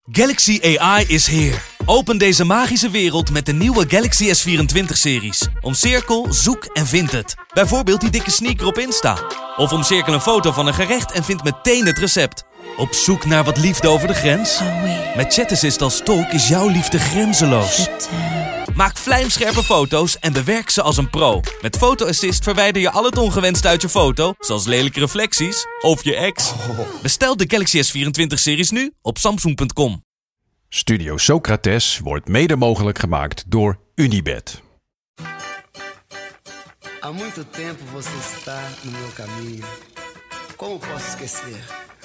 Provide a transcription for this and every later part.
Galaxy AI is here. Open deze magische wereld met de nieuwe Galaxy S24-series. Omcirkel, zoek en vind het. Bijvoorbeeld die dikke sneaker op Insta. Of omcirkel een foto van een gerecht en vind meteen het recept. Op zoek naar wat liefde over de grens? Met Chat Assist als tolk is jouw liefde grenzeloos. Maak vlijmscherpe foto's en bewerk ze als een pro. Met Photo Assist verwijder je al het ongewenst uit je foto, zoals lelijke reflecties of je ex. Bestel de Galaxy S24-series nu op Samsung.com. Studio Socrates wordt mede mogelijk gemaakt door Unibet. Há muito tempo você está no meu caminho. Como posso esquecer?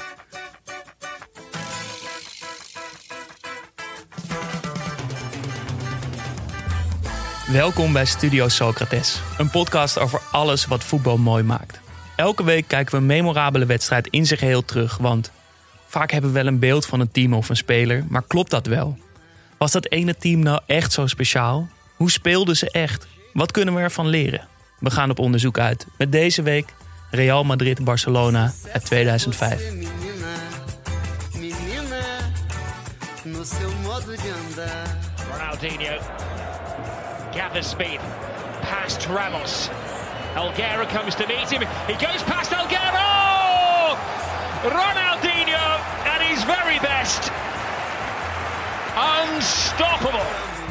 Welkom bij Studio Socrates, een podcast over alles wat voetbal mooi maakt. Elke week kijken we een memorabele wedstrijd in zijn geheel terug, want vaak hebben we wel een beeld van een team of een speler, maar klopt dat wel? Was dat ene team nou echt zo speciaal? Hoe speelden ze echt? Wat kunnen we ervan leren? We gaan op onderzoek uit met deze week Real Madrid-Barcelona uit 2005. Ronaldinho gathers speed past Ramos. Elguera comes to meet him. He goes past Elguera. Ronaldinho at his very best. Unstoppable.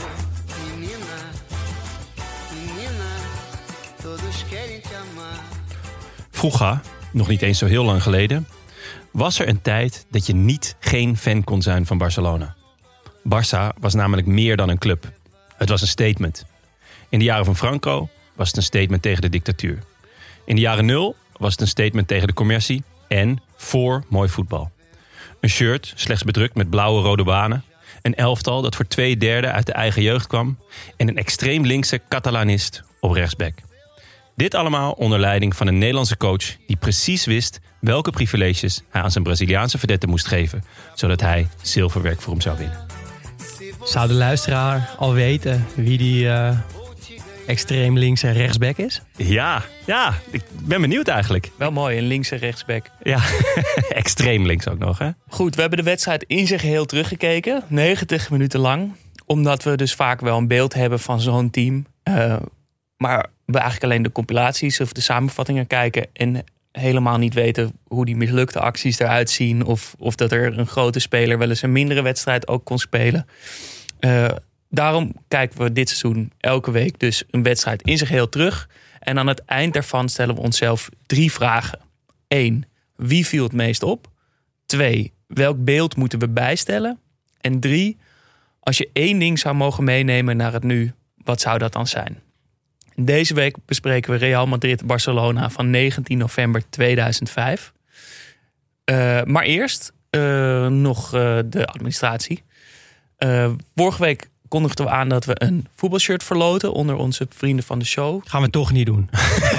Vroeger, nog niet eens zo heel lang geleden, was er een tijd dat je geen fan kon zijn van Barcelona. Barça was namelijk meer dan een club. Het was een statement. In de jaren van Franco was het een statement tegen de dictatuur. In de jaren 0 was het een statement tegen de commercie en voor mooi voetbal. Een shirt, slechts bedrukt met blauwe rode banen. Een elftal dat voor 2/3 uit de eigen jeugd kwam. En een extreem linkse Catalanist op rechtsback. Dit allemaal onder leiding van een Nederlandse coach die precies wist welke privileges hij aan zijn Braziliaanse vedette moest geven, zodat hij zilverwerk voor hem zou winnen. Zou de luisteraar al weten wie die extreem links en rechtsback is? Ja, ik ben benieuwd eigenlijk. Wel mooi, een linkse rechtsback. Ja, extreem links ook nog, hè? Goed, we hebben de wedstrijd in zijn geheel teruggekeken, 90 minuten lang. Omdat we dus vaak wel een beeld hebben van zo'n team. Maar we eigenlijk alleen de compilaties of de samenvattingen kijken en helemaal niet weten hoe die mislukte acties eruit zien. Of dat er een grote speler wel eens een mindere wedstrijd ook kon spelen. Daarom kijken we dit seizoen elke week dus een wedstrijd in zich heel terug. En aan het eind daarvan stellen we onszelf 3 vragen. 1. Wie viel het meest op? 2. Welk beeld moeten we bijstellen? En 3. Als je 1 ding zou mogen meenemen naar het nu, wat zou dat dan zijn? Deze week bespreken we Real Madrid-Barcelona van 19 november 2005. Maar eerst nog de administratie. Vorige week kondigden we aan dat we een voetbalshirt verloten onder onze vrienden van de show. Gaan we toch niet doen.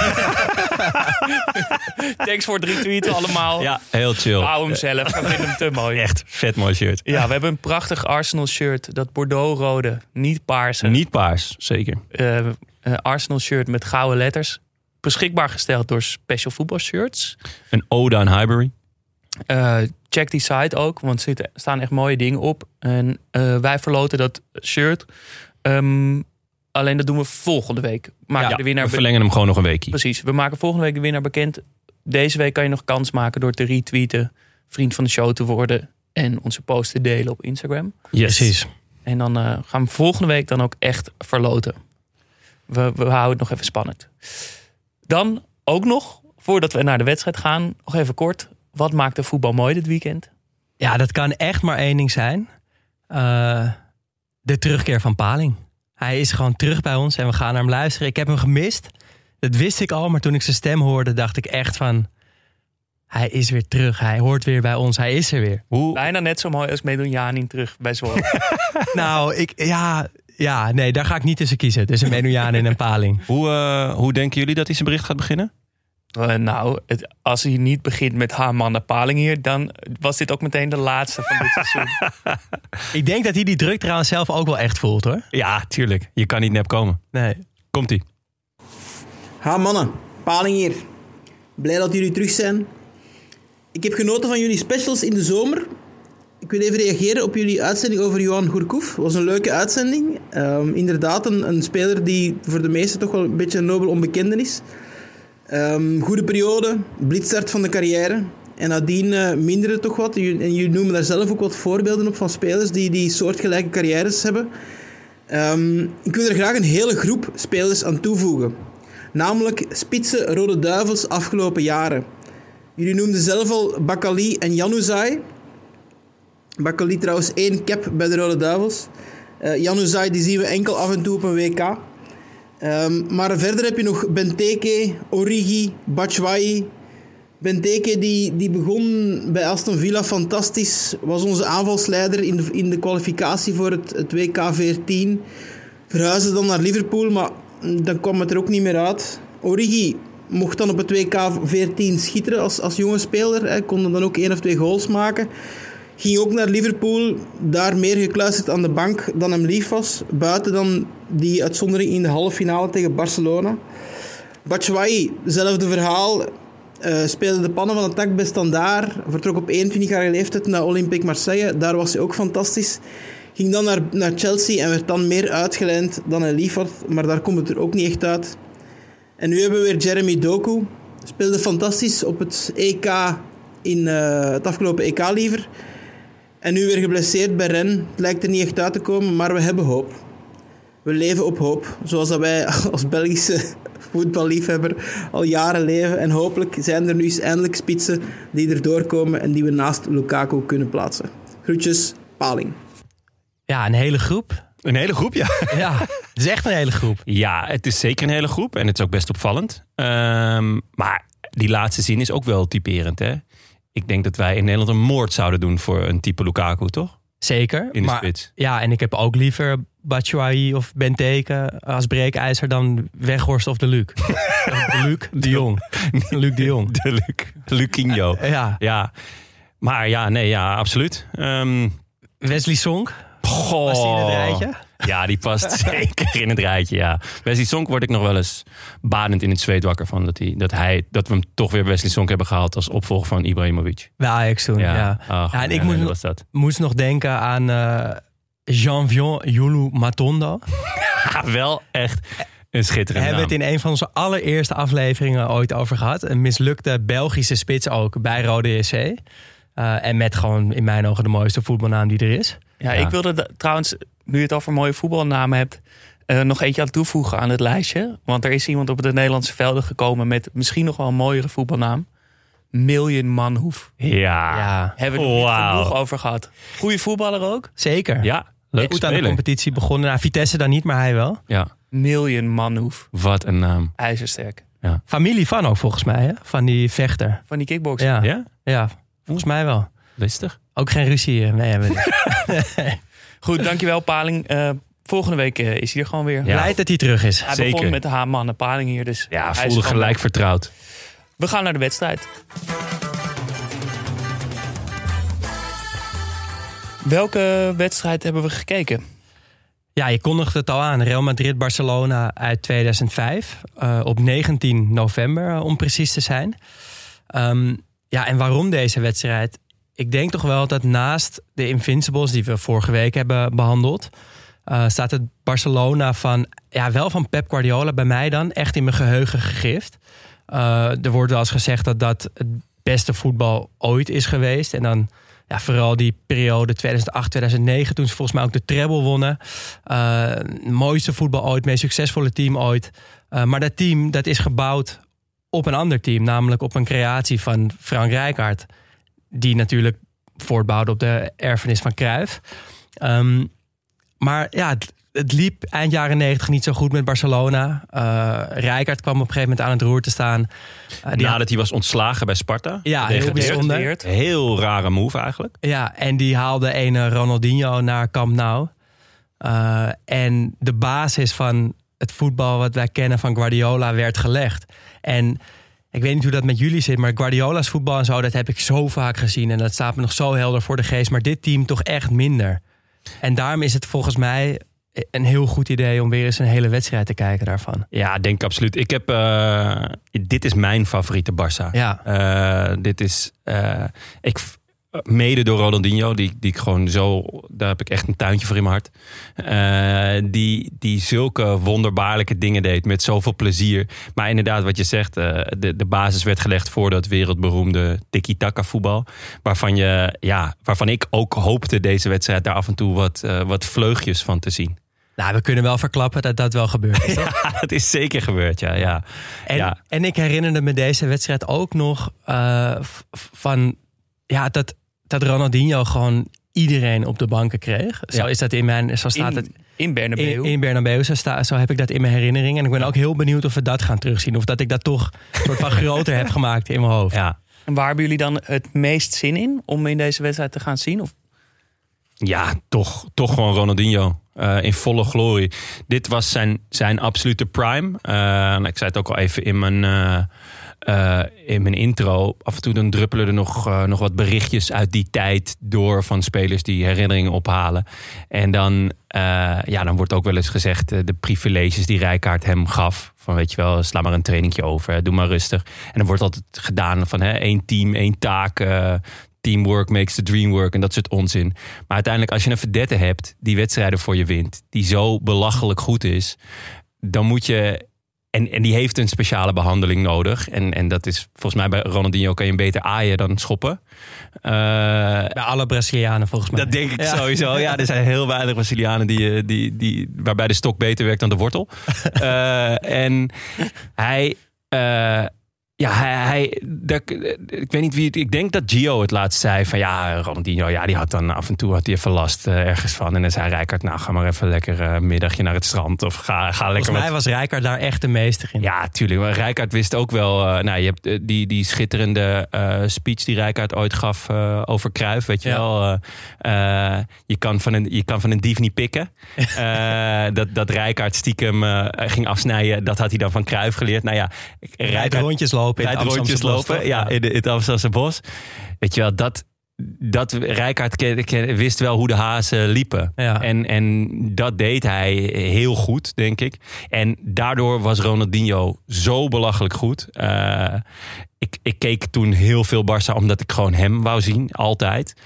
Thanks voor het retweeten allemaal. Ja, heel chill. Hou hem zelf, we vinden hem te mooi. Echt vet mooi shirt. Ja, we hebben een prachtig Arsenal shirt. Dat Bordeaux-rode, niet paarse. Niet paars, zeker. Arsenal shirt met gouden letters. Beschikbaar gesteld door Special Football Shirts. Een ode aan Highbury. Check die site ook, want er staan echt mooie dingen op. En wij verloten dat shirt. Alleen dat doen we volgende week. De winnaar we verlengen hem gewoon nog een weekje. Precies, we maken volgende week de winnaar bekend. Deze week kan je nog kans maken door te retweeten, vriend van de show te worden en onze post te delen op Instagram. Yes. Precies. En dan gaan we volgende week dan ook echt verloten. We houden het nog even spannend. Dan ook nog, voordat we naar de wedstrijd gaan, nog even kort. Wat maakt de voetbal mooi dit weekend? Ja, dat kan echt maar 1 ding zijn. De terugkeer van Paling. Hij is gewoon terug bij ons en we gaan naar hem luisteren. Ik heb hem gemist. Dat wist ik al, maar toen ik zijn stem hoorde, dacht ik echt van, hij is weer terug. Hij hoort weer bij ons. Hij is er weer. Bijna net zo mooi als Medunjanin terug bij Zwolle. Nou, nee, daar ga ik niet tussen kiezen. Tussen Medunjanin en Paling. Hoe denken jullie dat hij zijn bericht gaat beginnen? Als hij niet begint met Haman naar Paling hier, dan was dit ook meteen de laatste van dit seizoen. Ik denk dat hij die druk trouwens zelf ook wel echt voelt, hoor. Ja, tuurlijk. Je kan niet nep komen. Nee. Komt-ie. Ha mannen, Paling hier. Blij dat jullie terug zijn. Ik heb genoten van jullie specials in de zomer. Ik wil even reageren op jullie uitzending over Johan Gourcuff. Het was een leuke uitzending. Inderdaad, een speler die voor de meesten toch wel een beetje een nobel onbekende is. Goede periode, blitstart van de carrière. En nadien minderde toch wat. En jullie noemen daar zelf ook wat voorbeelden op van spelers die soortgelijke carrières hebben. Ik wil er graag een hele groep spelers aan toevoegen. Namelijk spitse Rode Duivels afgelopen jaren. Jullie noemden zelf al Bakali en Januzaj. Bakali trouwens 1 cap bij de Rode Duivels. Januzaj die zien we enkel af en toe op een WK. Maar verder heb je nog Benteke, Origi, Batshuayi. Benteke die begon bij Aston Villa fantastisch. Was onze aanvalsleider in de kwalificatie voor het WK 14. Verhuisde dan naar Liverpool, maar dan kwam het er ook niet meer uit. Origi mocht dan op het WK 14 schitteren als jonge speler. Hij kon dan ook 1 of 2 goals maken. Ging ook naar Liverpool, daar meer gekluisterd aan de bank dan hem lief was. Buiten dan die uitzondering in de halve finale tegen Barcelona. Batshuayi, hetzelfde verhaal. Speelde de pannen van het dak bij Standaard. Vertrok op 21-jarige leeftijd naar Olympique Marseille. Daar was hij ook fantastisch. Ging dan naar Chelsea en werd dan meer uitgeleend dan hij lief had. Maar daar komt het er ook niet echt uit. En nu hebben we weer Jeremy Doku. Speelde fantastisch op het EK het afgelopen EK liever. En nu weer geblesseerd bij Rennes. Het lijkt er niet echt uit te komen, maar we hebben hoop. We leven op hoop. Zoals dat wij als Belgische voetballiefhebber al jaren leven. En hopelijk zijn er nu eens eindelijk spitsen die erdoor komen en die we naast Lukaku kunnen plaatsen. Groetjes, Paling. Ja, een hele groep. Een hele groep, ja. Ja, het is echt een hele groep. Ja, het is zeker een hele groep. En het is ook best opvallend. Maar die laatste zin is ook wel typerend, hè? Ik denk dat wij in Nederland een moord zouden doen voor een type Lukaku, toch? Zeker. In de spits. Ja, en ik heb ook liever Batshuayi of Benteke als breekijzer dan Weghorst of de Luc. de Jong. Luc de Jong. Lucinho. Ja. Maar ja, absoluut. Wesley Sonk. Goh. Was die in het rijtje? Ja, die past zeker in het rijtje, ja. Wesley Sonk word ik nog wel eens badend in het zweet wakker van. Dat we hem toch weer Wesley Sonk hebben gehaald als opvolger van Ibrahimovic. Bij Ajax toen, ja. En ik moest nog denken aan Jean-Vion Yulu Matondo. Wel echt een schitterende naam. We hebben het in een van onze allereerste afleveringen ooit over gehad. Een mislukte Belgische spits ook bij Rode JC. En met gewoon in mijn ogen de mooiste voetbalnaam die er is. Ja, ik wilde trouwens, nu je het over mooie voetbalnamen hebt, nog eentje aan toevoegen aan het lijstje. Want er is iemand op de Nederlandse velden gekomen met misschien nog wel een mooiere voetbalnaam. Million Manhoef. Ja. Hebben we er niet genoeg over gehad. Goeie voetballer ook. Zeker. Ja, leuk goed aan de competitie begonnen. Nou, Vitesse dan niet, maar hij wel. Ja. Million Manhoef. Wat een naam. IJzersterk. Ja. Familie van ook volgens mij, hè? Van die vechter. Van die kickboxer. Ja, volgens mij wel. Listig. Ook geen ruzie mee hebben. Goed, dankjewel Paling. Volgende week is hij er gewoon weer. Blij dat hij terug is. Hij begon met de H-mannen Paling hier. Dus ja, voelde gelijk vertrouwd. We gaan naar de wedstrijd. Welke wedstrijd hebben we gekeken? Ja, je kondigde het al aan. Real Madrid-Barcelona uit 2005. Op 19 november, om precies te zijn. En waarom deze wedstrijd? Ik denk toch wel dat naast de Invincibles die we vorige week hebben behandeld, staat het Barcelona van Pep Guardiola bij mij dan echt in mijn geheugen gegrift. Er wordt wel eens gezegd dat dat het beste voetbal ooit is geweest. En dan vooral die periode 2008-2009, toen ze volgens mij ook de treble wonnen. Mooiste voetbal ooit, meest succesvolle team ooit. Maar dat team dat is gebouwd op een ander team, namelijk op een creatie van Frank Rijkaard, die natuurlijk voortbouwde op de erfenis van Cruyff. Maar ja, het liep eind jaren 90 niet zo goed met Barcelona. Rijkaard kwam op een gegeven moment aan het roer te staan. Nadat hij was ontslagen bij Sparta. Ja, heel bijzonder. Heel rare move eigenlijk. Ja, en die haalde een Ronaldinho naar Camp Nou. En de basis van het voetbal wat wij kennen van Guardiola werd gelegd. En ik weet niet hoe dat met jullie zit, maar Guardiola's voetbal en zo, dat heb ik zo vaak gezien. En dat staat me nog zo helder voor de geest. Maar dit team toch echt minder. En daarom is het volgens mij een heel goed idee om weer eens een hele wedstrijd te kijken daarvan. Ja, denk ik absoluut. Ik heb, dit is mijn favoriete Barça. Ja. Dit is, mede door Ronaldinho, die ik gewoon zo... Daar heb ik echt een tuintje voor in mijn hart. Die zulke wonderbaarlijke dingen deed met zoveel plezier. Maar inderdaad, wat je zegt, de basis werd gelegd voor dat wereldberoemde tiki-taka voetbal. Waarvan ik ook hoopte deze wedstrijd daar af en toe wat vleugjes van te zien. Nou, we kunnen wel verklappen dat dat wel gebeurd is. Ja, dat is zeker gebeurd, ja. En ik herinnerde me deze wedstrijd ook nog van... Ja, dat Ronaldinho gewoon iedereen op de banken kreeg. Zo is dat zo staat het in Bernabeu. In Bernabeu, zo heb ik dat in mijn herinnering. En ik ben ook heel benieuwd of we dat gaan terugzien. Of dat ik dat toch soort van groter heb gemaakt in mijn hoofd. Ja. En waar hebben jullie dan het meest zin in om in deze wedstrijd te gaan zien? Of? Ja, toch gewoon Ronaldinho. In volle glorie. Dit was zijn absolute prime. Ik zei het ook al even in mijn intro. Af en toe dan druppelen er nog wat berichtjes uit die tijd door van spelers die herinneringen ophalen. En dan wordt ook wel eens gezegd de privileges die Rijkaard hem gaf. Van weet je wel, sla maar een trainingje over, doe maar rustig. En dan wordt altijd gedaan van 1 team, 1 taak. Teamwork makes the dream work en dat soort onzin. Maar uiteindelijk als je een verdette hebt die wedstrijden voor je wint, die zo belachelijk goed is, dan moet je... En die heeft een speciale behandeling nodig. En dat is volgens mij bij Ronaldinho kan je hem beter aaien dan schoppen. Bij alle Brazilianen volgens mij. Dat denk ik sowieso. Ja, er zijn heel weinig Brazilianen waarbij de stok beter werkt dan de wortel. En hij... ik weet niet wie het... Ik denk dat Gio het laatst zei van Ronaldinho, die had dan af en toe even last ergens van. En dan zei Rijkaard, ga maar even lekker een middagje naar het strand. Of ga lekker... Volgens mij was Rijkaard daar echt de meester in. Ja, tuurlijk. Maar Rijkaard wist ook wel... je hebt die schitterende speech die Rijkaard ooit gaf over Cruijff, weet je wel. Je kan van een dief niet pikken. Dat Rijkaard stiekem ging afsnijden, dat had hij dan van Cruijff geleerd. Rijkaard rondjes lopen. In het Amsterdamse bos. Weet je wel, dat Rijkaard wist wel hoe de hazen liepen. Ja. En dat deed hij heel goed, denk ik. En daardoor was Ronaldinho zo belachelijk goed. Ik keek toen heel veel Barça omdat ik gewoon hem wou zien, altijd.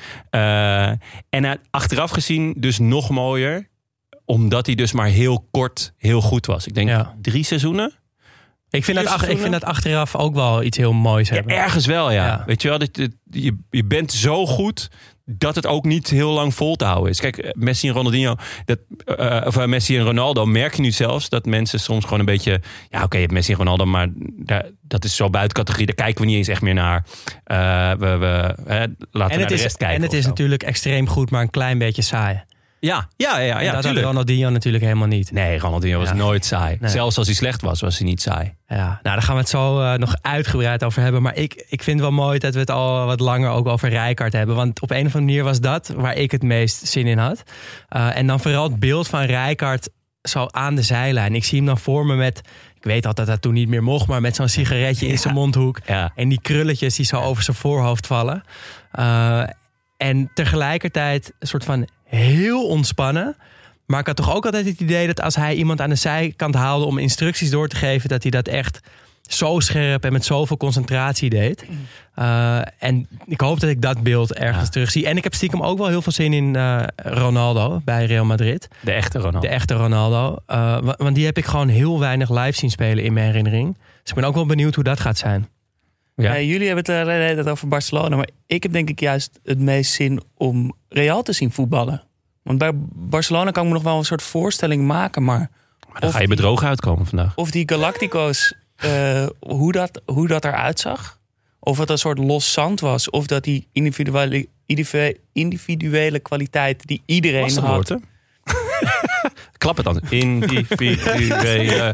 En achteraf gezien dus nog mooier, omdat hij dus maar heel kort heel goed was. Ik denk 3 seizoenen. Ik vind dat achteraf ook wel iets heel moois hebben. Ja, ergens wel, ja. Weet je wel, je bent zo goed dat het ook niet heel lang vol te houden is. Kijk, Messi en Ronaldinho, Messi en Ronaldo, merk je nu zelfs dat mensen soms gewoon een beetje... Ja, oké, je hebt Messi en Ronaldo, maar dat is zo buiten categorie. Daar kijken we niet eens echt meer naar. Laten we naar de rest kijken. En het is natuurlijk extreem goed, maar een klein beetje saai. Ja, dat had Ronaldinho natuurlijk helemaal niet. Nee, Ronaldinho was nooit saai. Nee. Zelfs als hij slecht was hij niet saai. Ja, daar gaan we het zo nog uitgebreid over hebben. Maar ik vind het wel mooi dat we het al wat langer ook over Rijkaard hebben. Want op een of andere manier was dat waar ik het meest zin in had. En dan vooral het beeld van Rijkaard zo aan de zijlijn. Ik zie hem dan voor me met... Ik weet al dat dat toen niet meer mocht, maar met zo'n sigaretje in zijn mondhoek. Ja. En die krulletjes die zo over zijn voorhoofd vallen. En tegelijkertijd een soort van heel ontspannen. Maar ik had toch ook altijd het idee dat als hij iemand aan de zijkant haalde om instructies door te geven, dat hij dat echt zo scherp en met zoveel concentratie deed. En ik hoop dat ik dat beeld ergens terugzie. En ik heb stiekem ook wel heel veel zin in Ronaldo bij Real Madrid. De echte Ronaldo. Want die heb ik gewoon heel weinig live zien spelen in mijn herinnering. Dus ik ben ook wel benieuwd hoe dat gaat zijn. Ja. Jullie hebben het over Barcelona, maar ik heb denk ik juist het meest zin om Real te zien voetballen. Want bij Barcelona kan ik me nog wel een soort voorstelling maken, maar dan ga je bedrogen uitkomen vandaag. Of die Galactico's, hoe dat eruit zag. Of het een soort los zand was. Of dat die individuele kwaliteit die iedereen had. Woord, hè? Klap het dan. Individuele...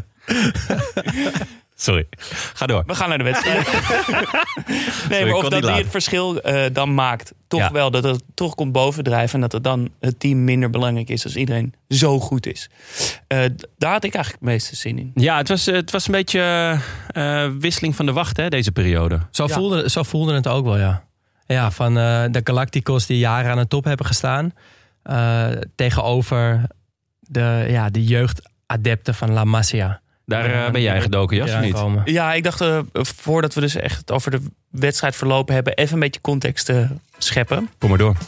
Sorry, ga door. We gaan naar de wedstrijd. Nee, maar of dat die het verschil dan maakt. Toch wel, dat het toch komt bovendrijven. En dat het dan het team minder belangrijk is als iedereen zo goed is. Daar had ik eigenlijk het meeste zin in. Ja, het was een beetje wisseling van de wacht, hè, deze periode. Zo voelde het ook wel, ja. Ja, van de Galacticos die jaren aan de top hebben gestaan. Tegenover de jeugdadepten van La Masia. Daar ben jij gedoken, Jas, niet? Ja, ik dacht voordat we dus echt over de wedstrijd verlopen hebben, even een beetje context scheppen. Kom maar door.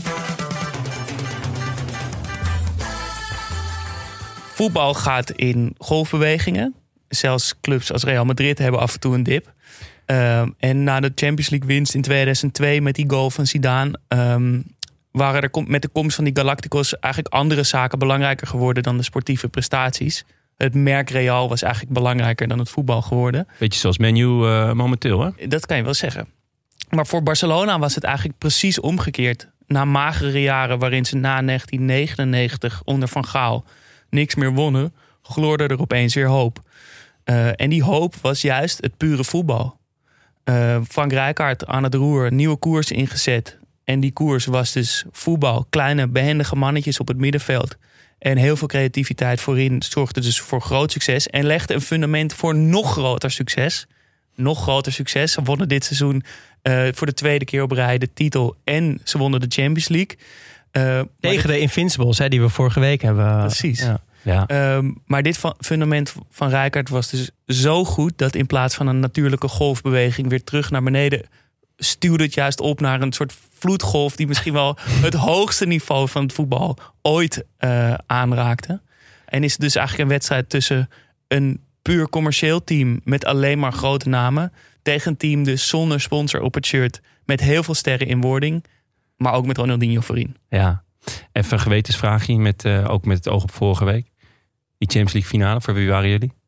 Voetbal gaat in golfbewegingen. Zelfs clubs als Real Madrid hebben af en toe een dip. En na de Champions League winst in 2002 met die goal van Zidane, waren er met de komst van die Galacticos eigenlijk andere zaken belangrijker geworden dan de sportieve prestaties. Het merk Real was eigenlijk belangrijker dan het voetbal geworden. Beetje zoals Man U momenteel, hè? Dat kan je wel zeggen. Maar voor Barcelona was het eigenlijk precies omgekeerd. Na magere jaren waarin ze na 1999 onder Van Gaal niks meer wonnen, gloorde er opeens weer hoop. En die hoop was juist het pure voetbal. Frank Rijkaard aan het roer, nieuwe koers ingezet. En die koers was dus voetbal. Kleine, behendige mannetjes op het middenveld. En heel veel creativiteit voorin zorgde dus voor groot succes. En legde een fundament voor nog groter succes. Nog groter succes. Ze wonnen dit seizoen voor de tweede keer op rij de titel. En ze wonnen de Champions League. Tegen de Invincibles, hè, die we vorige week hebben. Precies. Ja. Maar dit fundament van Rijkaard was dus zo goed dat in plaats van een natuurlijke golfbeweging weer terug naar beneden stuwde het juist op naar een soort vloedgolf die misschien wel het hoogste niveau van het voetbal ooit aanraakte. En is het dus eigenlijk een wedstrijd tussen een puur commercieel team met alleen maar grote namen tegen een team dus zonder sponsor op het shirt met heel veel sterren in wording, maar ook met Ronaldinho voorin. Ja. Even een gewetensvraagje, ook met het oog op vorige week. Die Champions League finale, voor wie waren jullie?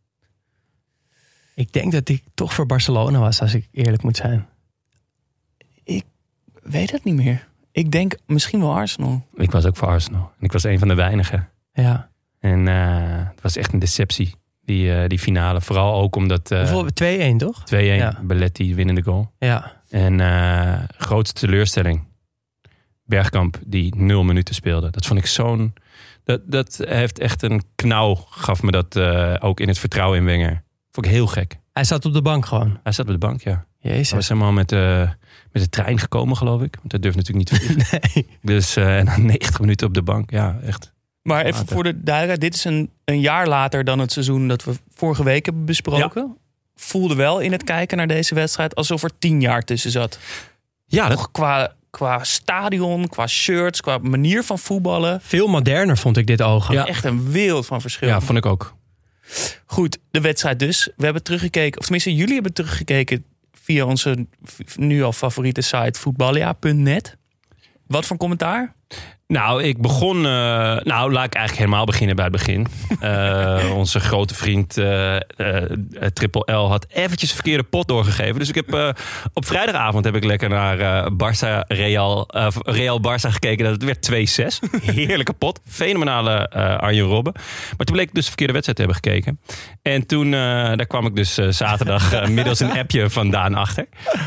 Ik denk dat ik toch voor Barcelona was, als ik eerlijk moet zijn. Ik weet het niet meer. Ik denk misschien wel Arsenal. Ik was ook voor Arsenal. En ik was een van de weinigen. Ja. En het was echt een deceptie, die finale. Vooral ook omdat... Bijvoorbeeld 2-1, toch? 2-1, ja. Belletti winnende goal. Ja. En grootste teleurstelling. Bergkamp die 0 minuten speelde. Dat vond ik zo'n... Dat heeft echt een knauw, gaf me dat ook in het vertrouwen in Wenger. Vond ik heel gek. Hij zat op de bank gewoon? Hij zat op de bank, ja. Jezus. Hij was helemaal met de trein gekomen, geloof ik. Want dat durft natuurlijk niet te vliegen. Nee. Dus en dan 90 minuten op de bank, ja, echt. Maar even voor de duidelijkheid, dit is een jaar later dan het seizoen dat we vorige week hebben besproken. Ja. Voelde wel in het kijken naar deze wedstrijd alsof er 10 jaar tussen zat. Ja, dat... Qua stadion, qua shirts, qua manier van voetballen. Veel moderner vond ik dit ogen. Ja. Echt een wereld van verschil. Ja, vond ik ook. Goed, de wedstrijd dus. We hebben teruggekeken, of tenminste jullie hebben teruggekeken via onze nu al favoriete site voetballia.net. Wat voor commentaar? Nou, ik begon... laat ik eigenlijk helemaal beginnen bij het begin. Onze grote vriend Triple L had eventjes een verkeerde pot doorgegeven. Dus ik heb op vrijdagavond heb ik lekker naar Real Barça gekeken. Dat het werd 2-6. Heerlijke pot. Fenomenale Arjen Robben. Maar toen bleek ik dus de verkeerde wedstrijd te hebben gekeken. En toen daar kwam ik dus zaterdag middels een appje vandaan achter.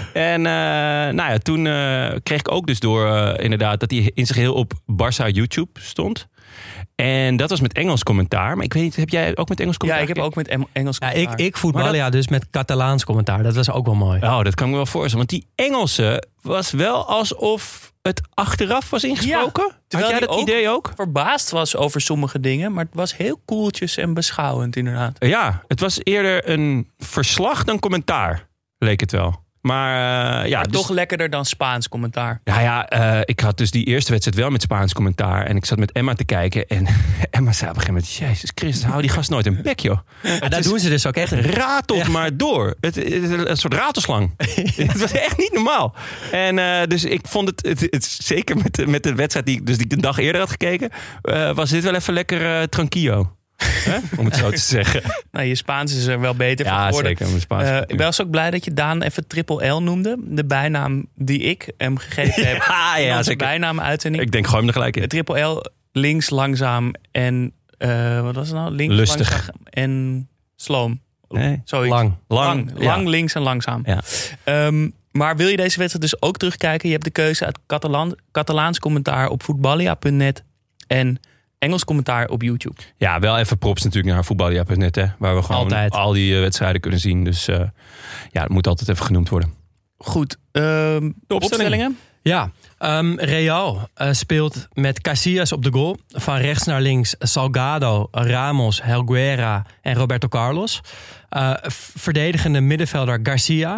En toen kreeg ik ook dus door inderdaad dat hij in zich heel op Barça YouTube stond. En dat was met Engels commentaar. Maar ik weet niet, heb jij ook met Engels commentaar? Ja, ik heb ook met Engels commentaar. Ja, ik Voetballia dus met Catalaans commentaar. Dat was ook wel mooi. Oh, dat kan ik me wel voorstellen. Want die Engelse was wel alsof het achteraf was ingesproken. Ja, had jij dat idee ook? Verbaasd was over sommige dingen. Maar het was heel koeltjes en beschouwend inderdaad. Ja, het was eerder een verslag dan commentaar. Leek het wel. Maar maar toch lekkerder dan Spaans commentaar. Ik had dus die eerste wedstrijd wel met Spaans commentaar. En ik zat met Emma te kijken. En Emma zei op een gegeven moment... Jezus Christus, hou die gast nooit een bek, joh. Dat doen ze dus ook echt. Ratelt maar door. Een soort ratelslang. Het was echt niet normaal. En dus ik vond het zeker met de wedstrijd die ik de dag eerder had gekeken... was dit wel even lekker tranquillo. Om het zo te zeggen. Nou, je Spaans is er wel beter van geworden. Ja, zeker. Ik was ook blij dat je Daan even Triple L noemde. De bijnaam die ik hem gegeven heb. Zeker. Bijnaam-uitzending. Ik denk, gooi hem er gelijk in. Triple L, links, langzaam en... wat was het nou? Links, lustig. langzaam en sloom. Nee. Lang, links en langzaam. Ja. Maar wil je deze wedstrijd dus ook terugkijken? Je hebt de keuze uit Catalaans commentaar op voetballia.net en... Engels commentaar op YouTube. Ja, wel even props natuurlijk naar voetballia.net, hè, waar we gewoon altijd al die wedstrijden kunnen zien. Dus dat moet altijd even genoemd worden. Goed. De opstellingen? Ja, Real speelt met Casillas op de goal. Van rechts naar links Salgado, Ramos, Helguera en Roberto Carlos. Verdedigende middenvelder Garcia.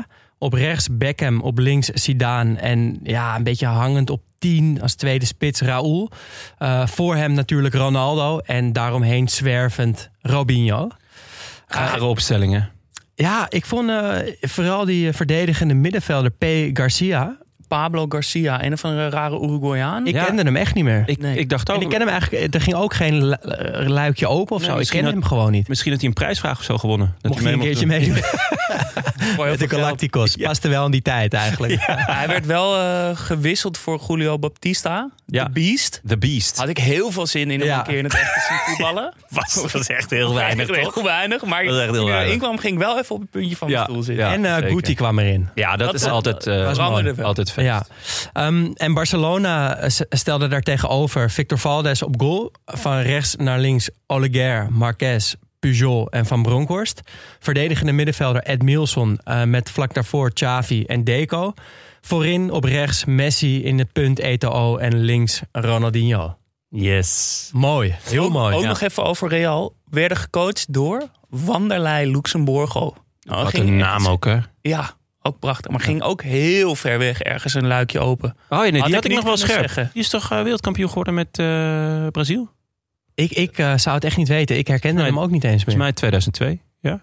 Op rechts Beckham, op links Zidane. En ja, een beetje hangend op 10 als tweede spits Raúl. Voor hem natuurlijk Ronaldo. En daaromheen zwervend Robinho. Rare opstellingen. Ja, ik vond vooral die verdedigende middenvelder P. Garcia. Pablo Garcia, een of andere rare Uruguayaan. Ik kende hem echt niet meer. Ik dacht ook... En ik ken hem eigenlijk... Er ging ook geen luikje open of zo. Ik ken hem gewoon niet. Misschien had hij een prijsvraag of zo gewonnen. Mocht hij een keertje meedoen. Met de Galacticos. Paste wel in die tijd eigenlijk. Ja. Hij werd wel gewisseld voor Julio Baptista. Ja. The Beast. Had ik heel veel zin in om een keer in het echt te zien voetballen. was echt heel weinig, toch? Heel weinig. Maar toen hij erin kwam, ging ik wel even op het puntje van mijn stoel zitten. Ja, en Guti kwam erin. Ja, dat is altijd altijd vet. Ja. En Barcelona stelde daar tegenover Victor Valdes op goal. Van rechts naar links Oleguer, Marquez, Pujol en Van Bronckhorst. Verdedigende middenvelder Ed Milson met vlak daarvoor Xavi en Deco. Voorin op rechts Messi in het punt Eto'o en links Ronaldinho. Yes. Mooi, heel mooi. Ook nog even over Real. Werden gecoacht door Wanderlei Luxemburgo. Nou, wat een naam ook, hè? Ja, ook prachtig. Maar ging ook heel ver weg ergens een luikje open. Oh ja, nee, die had ik niet nog wel scherp. Zeggen. Die is toch wereldkampioen geworden met Brazil? Ik zou het echt niet weten. Ik herkende hem ook niet eens meer. Volgens mij 2002, ja.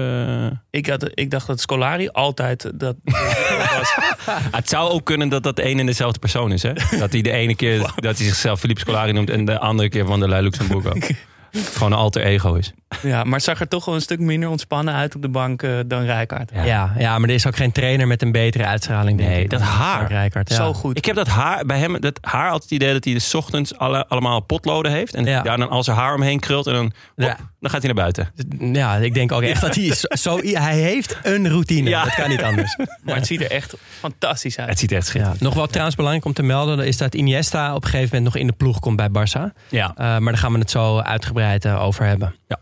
Ik dacht dat Scolari altijd dat was. Het zou ook kunnen dat dat één en dezelfde persoon is, hè? Dat hij de ene keer dat hij zichzelf Philippe Scolari noemt en de andere keer Wanderlei Luxemburgo. Gewoon een alter ego is. Ja, maar het zag er toch wel een stuk minder ontspannen uit op de bank dan Rijkaard. Ja, maar er is ook geen trainer met een betere uitstraling. Nee, dat haar. Rijkaard, zo goed. Ik heb dat haar, bij hem, dat haar altijd het idee dat hij 's ochtends allemaal potloden heeft. En daar dan al zijn haar omheen krult en dan gaat hij naar buiten. Ja, ik denk ook echt dat hij heeft een routine. Ja. Dat kan niet anders. Maar het ziet er echt fantastisch uit. Het ziet er echt schitterend. Nog wel trouwens belangrijk om te melden is dat Iniesta op een gegeven moment nog in de ploeg komt bij Barça. Ja. Maar daar gaan we het zo uitgebreid over hebben. Ja.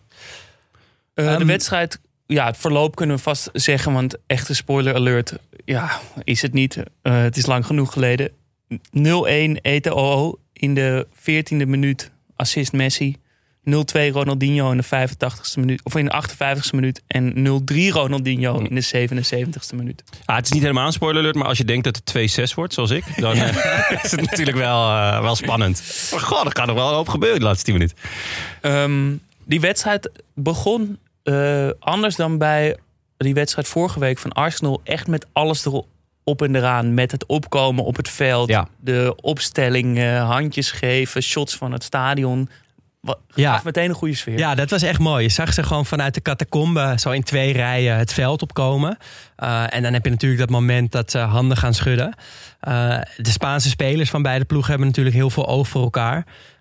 De wedstrijd, het verloop kunnen we vast zeggen, want echte spoiler alert, is het niet. Het is lang genoeg geleden. 0-1 Eto'o in de 14e minuut, assist Messi. 0-2 Ronaldinho in de 85ste minuut, of in de 58ste minuut. En 0-3 Ronaldinho in de 77ste minuut. Het is niet helemaal een spoiler alert, maar als je denkt dat het 2-6 wordt, zoals ik, dan is het natuurlijk wel spannend. Maar god, er kan nog wel een hoop gebeuren de laatste 10 minuten. Die wedstrijd begon anders dan bij die wedstrijd vorige week van Arsenal. Echt met alles erop en eraan. Met het opkomen op het veld. Ja. De opstelling, handjes geven, shots van het stadion. Gaf meteen een goede sfeer. Ja, dat was echt mooi. Je zag ze gewoon vanuit de catacombe zo in 2 rijen het veld opkomen. En dan heb je natuurlijk dat moment dat ze handen gaan schudden. De Spaanse spelers van beide ploegen hebben natuurlijk heel veel oog voor elkaar.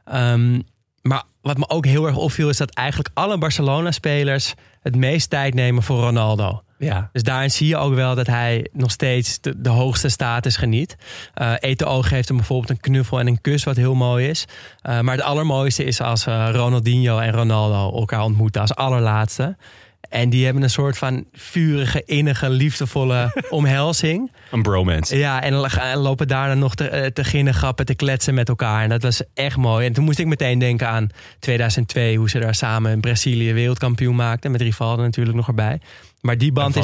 Maar wat me ook heel erg opviel is dat eigenlijk alle Barcelona-spelers het meest tijd nemen voor Ronaldo. Ja. Dus daarin zie je ook wel dat hij nog steeds de hoogste status geniet. Eto'o geeft hem bijvoorbeeld een knuffel en een kus, wat heel mooi is. Maar het allermooiste is als Ronaldinho en Ronaldo elkaar ontmoeten als allerlaatste. En die hebben een soort van vurige, innige, liefdevolle omhelzing. Een bromance. Ja, en lopen daarna nog te ginnegappen, te kletsen met elkaar. En dat was echt mooi. En toen moest ik meteen denken aan 2002... hoe ze daar samen in Brazilië wereldkampioen maakten. Met Rivaldo natuurlijk nog erbij. Maar die band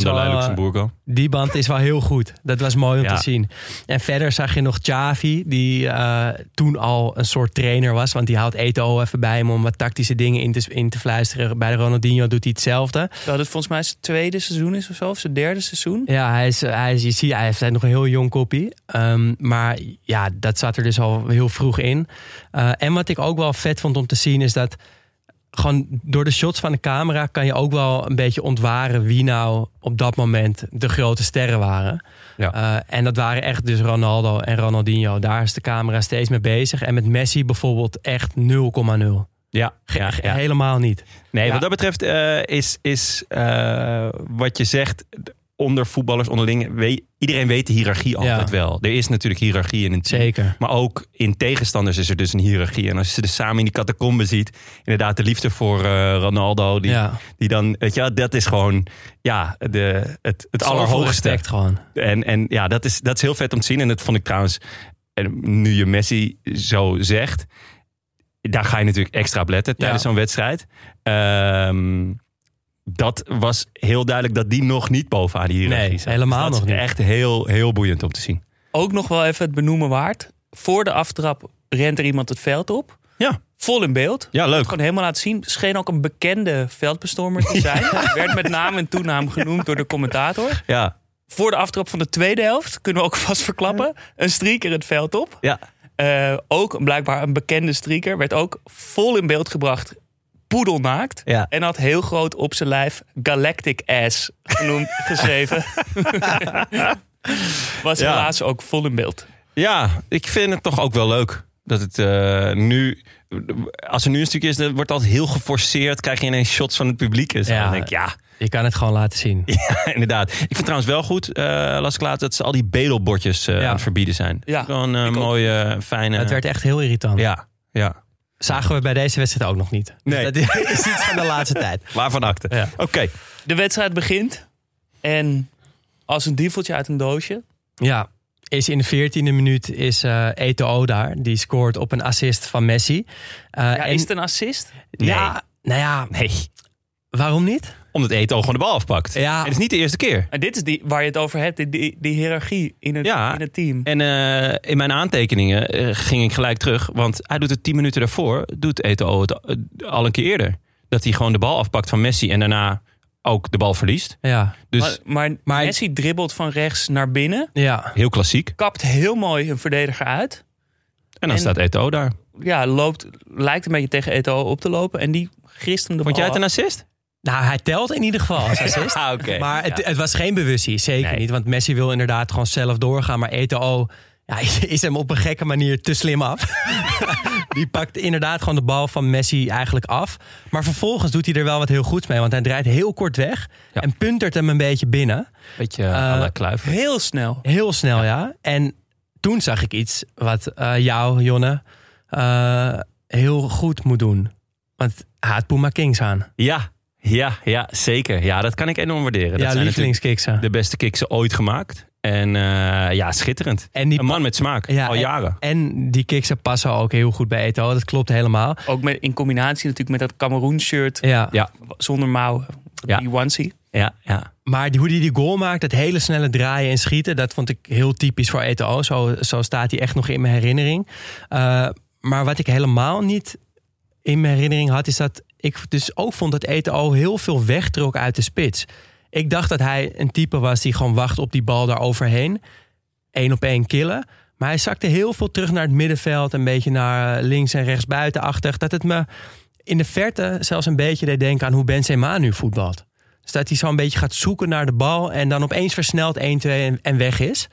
is wel heel goed. Dat was mooi om te zien. En verder zag je nog Xavi, die toen al een soort trainer was. Want die houdt Eto'o even bij hem om wat tactische dingen in te fluisteren. Bij de Ronaldinho doet hij hetzelfde. Dat het volgens mij zijn 2e seizoen is of zo, of zijn 3e seizoen. Ja, hij heeft nog een heel jong koppie. Maar ja, dat zat er dus al heel vroeg in. En wat ik ook wel vet vond om te zien is dat gewoon door de shots van de camera kan je ook wel een beetje ontwaren wie nou op dat moment de grote sterren waren. Ja. En dat waren echt dus Ronaldo en Ronaldinho. Daar is de camera steeds mee bezig. En met Messi bijvoorbeeld echt 0,0. Ja, helemaal niet. Nee, wat dat betreft is wat je zegt onder voetballers onderling. Iedereen weet de hiërarchie altijd wel. Er is natuurlijk hiërarchie in een team. Zeker. Maar ook in tegenstanders is er dus een hiërarchie. En als je ze dus samen in die catacombe ziet, inderdaad de liefde voor Ronaldo, die dan, weet je, dat is gewoon het allerhoogste. Respect gewoon. En ja, dat is heel vet om te zien. En dat vond ik trouwens, nu je Messi zo zegt, daar ga je natuurlijk extra op letten tijdens zo'n wedstrijd. dat was heel duidelijk dat die nog niet bovenaan die hiërarchie Nee, zat. helemaal Dus dat nog is niet. echt heel, heel boeiend om te zien. Ook nog wel even het benoemen waard. Voor de aftrap rent er iemand het veld op. Ja, Vol in beeld. ja leuk. Gewoon helemaal laten zien. Scheen ook een bekende veldbestormer te zijn. Werd met naam en toenaam genoemd door de commentator. Ja, Voor de aftrap van de tweede helft, kunnen we ook vast verklappen, een streaker het veld op. ja. Ook blijkbaar een bekende streaker. Werd ook vol in beeld gebracht. Poedelnaakt. Ja. En had heel groot op zijn lijf Galactic Ass genoemd, geschreven. Was Ja. helaas ook vol in beeld. Ja, ik vind het toch ook wel leuk. Dat het nu... Als er nu een stukje is, dan wordt het altijd heel geforceerd. Krijg je ineens shots van het publiek. Dus Ja. dan denk ik, ja, Je kan het gewoon laten zien. ja, inderdaad. Ik vind trouwens wel goed, las ik later, dat ze al die bedelbordjes aan het verbieden zijn. Ja, Gewoon ik ook. mooie, fijne... Het werd echt heel irritant. Ja. Zagen we bij deze wedstrijd ook nog niet. Nee. Dus dat is iets van de laatste tijd. Waarvan akte. Ja. Oké. De wedstrijd begint. En als een dieveltje uit een doosje. Ja, is in de 14e minuut is Eto'o daar. Die scoort op een assist van Messi. Is het een assist? Ja, nou ja, Nee. waarom niet? Omdat Eto'o gewoon de bal afpakt. Ja. En het is niet de eerste keer. En dit is waar je het over hebt. Die hiërarchie in het team. En in mijn aantekeningen ging ik gelijk terug. Want hij doet het 10 minuten daarvoor. Doet Eto'o het al een keer eerder. Dat hij gewoon de bal afpakt van Messi. En daarna ook de bal verliest. Ja, Dus Maar Messi dribbelt van rechts naar binnen. ja. heel klassiek. Kapt heel mooi een verdediger uit. En dan staat Eto'o daar. Ja, lijkt een beetje tegen Eto'o op te lopen. En die grist hem de Vond bal jij het een af. assist? Nou, hij telt in ieder geval als assist. Ah, oké. Maar het was geen bewustie, zeker Nee. niet. Want Messi wil inderdaad gewoon zelf doorgaan. Maar Eto'o is hem op een gekke manier te slim af. Die pakt inderdaad gewoon de bal van Messi eigenlijk af. Maar vervolgens doet hij er wel wat heel goeds mee. Want hij draait heel kort weg. Ja. En puntert hem een beetje binnen. Beetje à la Kluivert. Heel snel. Heel snel, ja. En toen zag ik iets wat jou, Jonne, heel goed moet doen. Want hij had Puma Kings aan. Ja, zeker. Ja, dat kan ik enorm waarderen. Dat Ja, zijn natuurlijk lievelingskiksen. de beste kiksen ooit gemaakt. En schitterend. En die Een man met smaak. Ja, al jaren. En die kiksen passen ook heel goed bij Eto'o. Dat klopt helemaal. Ook in combinatie natuurlijk met dat Cameroen shirt Ja. zonder mouw. Ja. Die onesie. Ja. Maar hoe hij die goal maakt, dat hele snelle draaien en schieten, dat vond ik heel typisch voor Eto'o. Zo staat hij echt nog in mijn herinnering. Maar wat ik helemaal niet in mijn herinnering had, is dat ik dus ook vond dat Eto'o heel veel wegtrok uit de spits. Ik dacht dat hij een type was die gewoon wacht op die bal daar overheen. 1-op-1 killen. Maar hij zakte heel veel terug naar het middenveld. Een beetje naar links en rechts buitenachtig. Dat het me in de verte zelfs een beetje deed denken aan hoe Benzema nu voetbalt. Dus dat hij zo een beetje gaat zoeken naar de bal. En dan opeens versnelt 1-2 en weg is.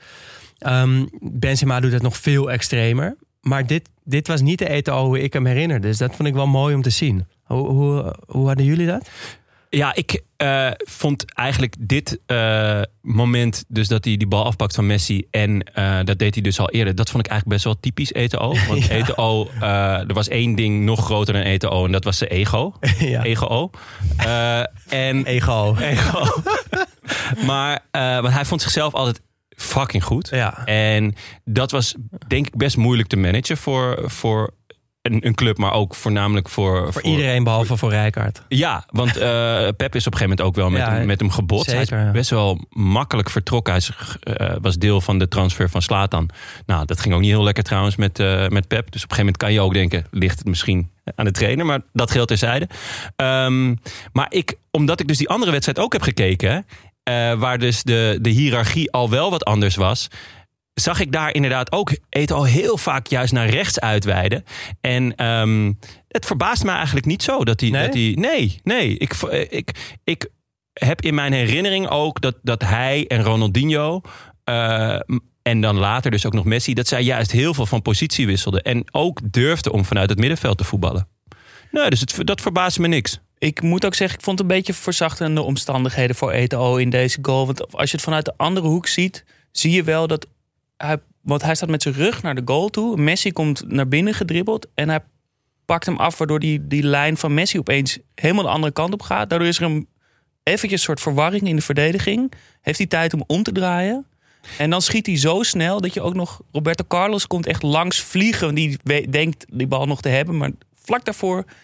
Benzema doet het nog veel extremer. Maar dit was niet de Eto'o hoe ik hem herinner. Dus dat vond ik wel mooi om te zien. Hoe hadden jullie dat? Ja, ik vond eigenlijk dit moment, dus dat hij die bal afpakt van Messi. En dat deed hij dus al eerder. Dat vond ik eigenlijk best wel typisch Eto'o. Want Ja. Eto'o, er was één ding nog groter dan Eto'o. En dat was zijn ego. Ja. Ego. Ego. Maar want hij vond zichzelf altijd fucking goed. Ja. En dat was denk ik best moeilijk te managen voor een club, maar ook voornamelijk voor Iedereen behalve voor Rijkaard. Ja, want Pep is op een gegeven moment ook wel met hem gebotst. Zeker, Hij is ja. best wel makkelijk vertrokken. Hij was deel van de transfer van Zlatan. Nou, dat ging ook niet heel lekker trouwens met Pep. Dus op een gegeven moment kan je ook denken, ligt het misschien aan de trainer, maar dat geldt terzijde. Maar omdat ik dus die andere wedstrijd ook heb gekeken, waar dus de hiërarchie al wel wat anders was, zag ik daar inderdaad ook Eto'o heel vaak juist naar rechts uitweiden. En het verbaast me eigenlijk niet zo dat hij... Nee. Ik heb in mijn herinnering ook dat hij en Ronaldinho en dan later dus ook nog Messi, dat zij juist heel veel van positie wisselden. En ook durfden om vanuit het middenveld te voetballen. Nee, dus dat verbaast me niks. Ik moet ook zeggen, ik vond het een beetje verzachtende omstandigheden voor Eto'o in deze goal. Want als je het vanuit de andere hoek ziet, zie je wel dat want hij staat met zijn rug naar de goal toe. Messi komt naar binnen gedribbeld en hij pakt hem af, waardoor die lijn van Messi opeens helemaal de andere kant op gaat. Daardoor is er eventjes een soort verwarring in de verdediging. Heeft hij tijd om te draaien. En dan schiet hij zo snel dat je ook nog... Roberto Carlos komt echt langs vliegen. Die denkt die bal nog te hebben. Maar vlak daarvoor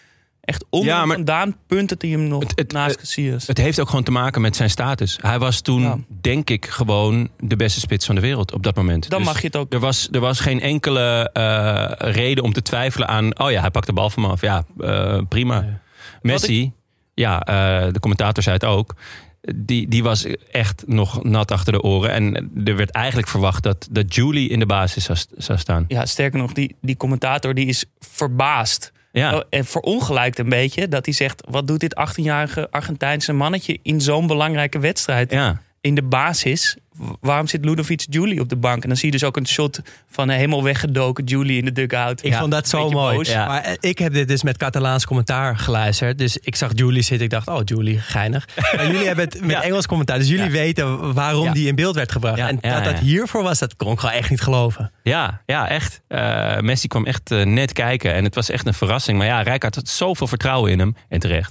Echt onder vandaan puntend hij hem nog naast Casillas. Het heeft ook gewoon te maken met zijn status. Hij was toen, denk ik, gewoon de beste spits van de wereld op dat moment. Dan mag je het ook. Er was geen enkele reden om te twijfelen aan... hij pakt de bal van me af. Ja, prima. Nee. Messi, de commentator zei het ook... Die was echt nog nat achter de oren. En er werd eigenlijk verwacht dat Julie in de basis zou staan. Ja, sterker nog, die commentator die is verbaasd. Ja. En verongelijkt een beetje. Dat hij zegt, wat doet dit 18-jarige Argentijnse mannetje in zo'n belangrijke wedstrijd? Ja. In de basis. Waarom zit Ludovic Julie op de bank? En dan zie je dus ook een shot van helemaal weggedoken Julie in de dugout. Ik vond dat zo mooi. Ja. Maar ik heb dit dus met Catalaans commentaar geluisterd. Dus ik zag Julie zitten. Ik dacht, Julie, geinig. Maar jullie hebben het met Engels commentaar. Dus jullie weten waarom die in beeld werd gebracht. En dat hiervoor was, dat kon ik gewoon echt niet geloven. Ja, echt. Messi kwam echt net kijken. En het was echt een verrassing. Maar Rijkaard had zoveel vertrouwen in hem. En terecht.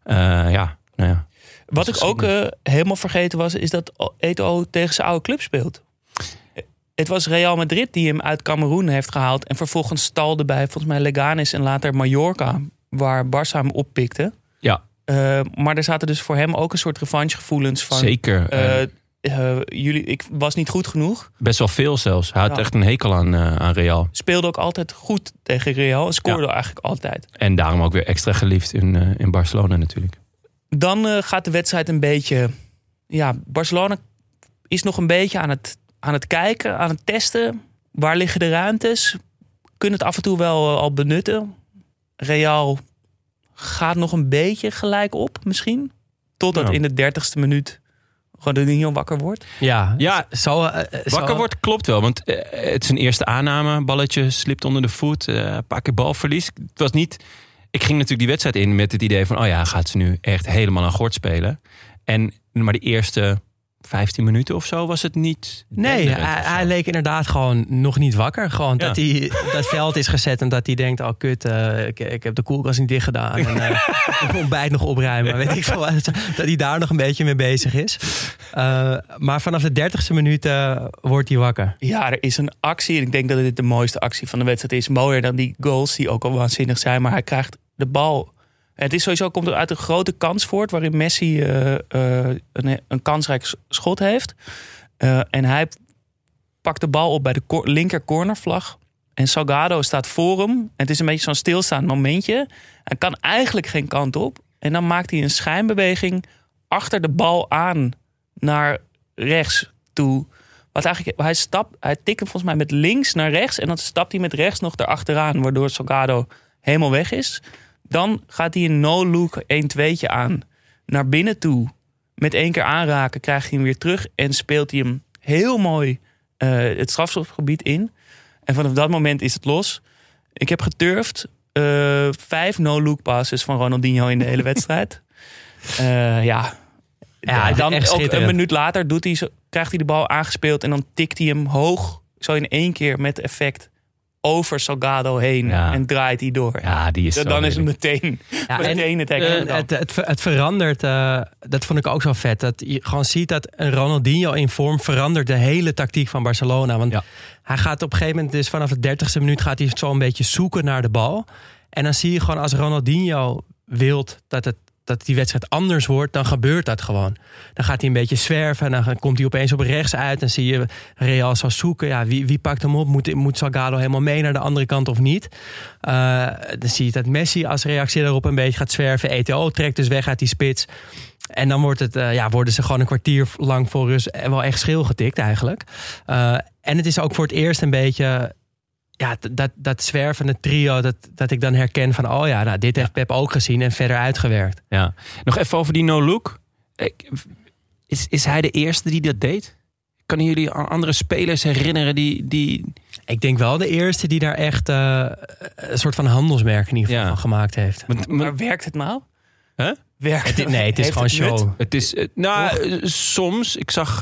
Wat ik ook helemaal vergeten was... is dat Eto'o tegen zijn oude club speelt. Het was Real Madrid die hem uit Cameroen heeft gehaald... en vervolgens stalde bij volgens mij Leganes en later Mallorca... waar Barça hem oppikte. Ja. Maar er zaten dus voor hem ook een soort revanchegevoelens van... Zeker. Ik was niet goed genoeg. Best wel veel zelfs. Hij had echt een hekel aan Real. Speelde ook altijd goed tegen Real en scoorde eigenlijk altijd. En daarom ook weer extra geliefd in Barcelona natuurlijk. Dan gaat de wedstrijd een beetje... Ja, Barcelona is nog een beetje aan het kijken, aan het testen. Waar liggen de ruimtes? Kunnen het af en toe wel al benutten. Real gaat nog een beetje gelijk op misschien. Totdat in de 30ste minuut Ronaldinho wakker wordt. Wakker wordt klopt wel. Want het is een eerste aanname. Balletje slipt onder de voet. Een paar keer balverlies. Het was niet... Ik ging natuurlijk die wedstrijd in met het idee van... gaat ze nu echt helemaal aan gort spelen. Maar de eerste 15 minuten of zo was het niet... Nee, hij leek inderdaad gewoon nog niet wakker. Gewoon dat hij dat veld is gezet en dat hij denkt... ik heb de koelkast niet dicht gedaan. En ik ontbijt nog opruimen. Weet ik veel, dat hij daar nog een beetje mee bezig is. Maar vanaf de 30ste minuut wordt hij wakker. Ja, er is een actie. En ik denk dat dit de mooiste actie van de wedstrijd is. Mooier dan die goals die ook al waanzinnig zijn. Maar hij krijgt de bal... Het is sowieso, komt er uit een grote kans voort... waarin Messi een kansrijk schot heeft. En hij pakt de bal op bij de linker cornervlag. En Salgado staat voor hem. En het is een beetje zo'n stilstaand momentje. Hij kan eigenlijk geen kant op. En dan maakt hij een schijnbeweging... achter de bal aan naar rechts toe. Wat eigenlijk, hij tikt hem volgens mij met links naar rechts... en dan stapt hij met rechts nog erachteraan... waardoor Salgado helemaal weg is... Dan gaat hij een no-look 1-2'tje aan. Naar binnen toe. Met 1 keer aanraken krijgt hij hem weer terug. En speelt hij hem heel mooi het strafschopgebied in. En vanaf dat moment is het los. Ik heb geturfd. 5 no-look passes van Ronaldinho in de hele wedstrijd. Dan ook een minuut later krijgt hij de bal aangespeeld. En dan tikt hij hem hoog. Zo in 1 keer met effect. Over Salgado heen en draait hij door. Ja, die is dan is het meteen het verandert. Dat vond ik ook zo vet. Dat je gewoon ziet dat een Ronaldinho in vorm verandert de hele tactiek van Barcelona. Want hij gaat op een gegeven moment, dus vanaf de 30ste minuut gaat hij zo een beetje zoeken naar de bal. En dan zie je gewoon als Ronaldinho wilt dat die wedstrijd anders wordt, dan gebeurt dat gewoon. Dan gaat hij een beetje zwerven en dan komt hij opeens op rechts uit. Dan zie je Real zo zoeken. Ja, wie pakt hem op? Moet Salgado helemaal mee naar de andere kant of niet? Dan zie je dat Messi als reactie daarop een beetje gaat zwerven. Eto'o trekt dus weg uit die spits. En dan worden ze gewoon een kwartier lang voor rust wel echt schil getikt eigenlijk. En het is ook voor het eerst een beetje... Ja, dat zwervende trio, dat ik dan herken van... dit heeft Pep ook gezien en verder uitgewerkt. Ja. Nog even over die no-look. Is hij de eerste die dat deed? Kunnen jullie andere spelers herinneren die... Ik denk wel de eerste die daar echt een soort van handelsmerk in ieder geval van gemaakt heeft. Maar werkt het nou? Huh? Het is gewoon show. Het is, soms.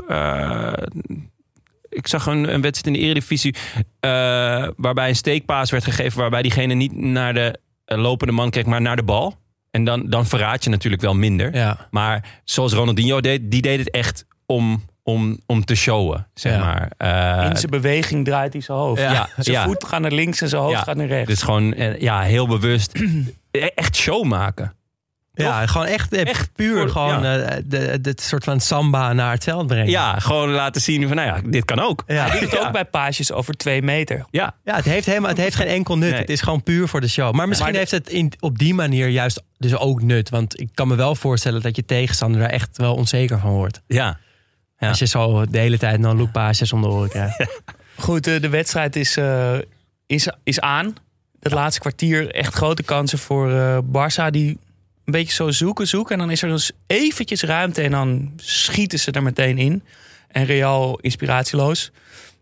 Ik zag een wedstrijd in de Eredivisie waarbij een steekpaas werd gegeven... waarbij diegene niet naar de lopende man keek, maar naar de bal. En dan verraad je natuurlijk wel minder. Ja. Maar zoals Ronaldinho deed, die deed het echt om om te showen, zeg maar. In zijn beweging draait hij zijn hoofd. Zijn voet gaat naar links en zijn hoofd gaat naar rechts. Dus gewoon heel bewust echt show maken. Ja, gewoon echt puur gewoon het soort van samba naar het veld brengen. Ja, gewoon laten zien van, dit kan ook. Ja. Hij doet het ook bij paasjes over 2 meter. Ja, het heeft geen enkel nut. Nee. Het is gewoon puur voor de show. Maar misschien heeft het op die manier juist dus ook nut. Want ik kan me wel voorstellen dat je tegenstander daar echt wel onzeker van wordt. Ja. Als je zo de hele tijd non-looppaasjes om de oren krijgt. Goed, de wedstrijd is aan. Het laatste kwartier echt grote kansen voor Barça die een beetje zo zoeken. En dan is er dus eventjes ruimte en dan schieten ze er meteen in. En Real inspiratieloos.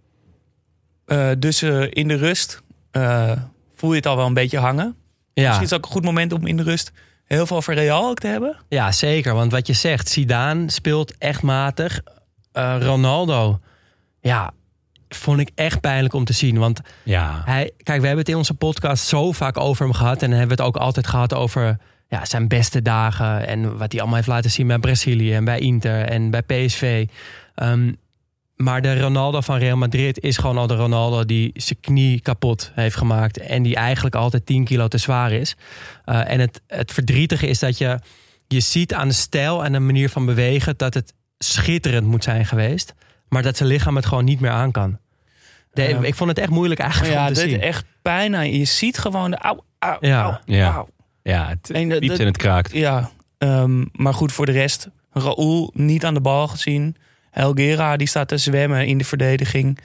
Dus in de rust voel je het al wel een beetje hangen. Ja. Misschien is het ook een goed moment om in de rust heel veel voor Real ook te hebben. Ja, zeker. Want wat je zegt, Zidane speelt echt matig. Ronaldo, vond ik echt pijnlijk om te zien. Want kijk, we hebben het in onze podcast zo vaak over hem gehad. En dan hebben we het ook altijd gehad over zijn beste dagen. En wat hij allemaal heeft laten zien bij Brazilië en bij Inter en bij PSV. Maar de Ronaldo van Real Madrid is gewoon al de Ronaldo die zijn knie kapot heeft gemaakt. En die eigenlijk altijd 10 kilo te zwaar is. En het verdrietige is dat je ziet aan de stijl en de manier van bewegen dat het schitterend moet zijn geweest. Maar dat zijn lichaam het gewoon niet meer aan kan. Ik vond het echt moeilijk eigenlijk om te zien. Ja, dit echt bijna. Je ziet gewoon de auw. Ja, het piept en het kraakt. Ja, maar goed, voor de rest. Raúl niet aan de bal gezien. Helguera die staat te zwemmen in de verdediging.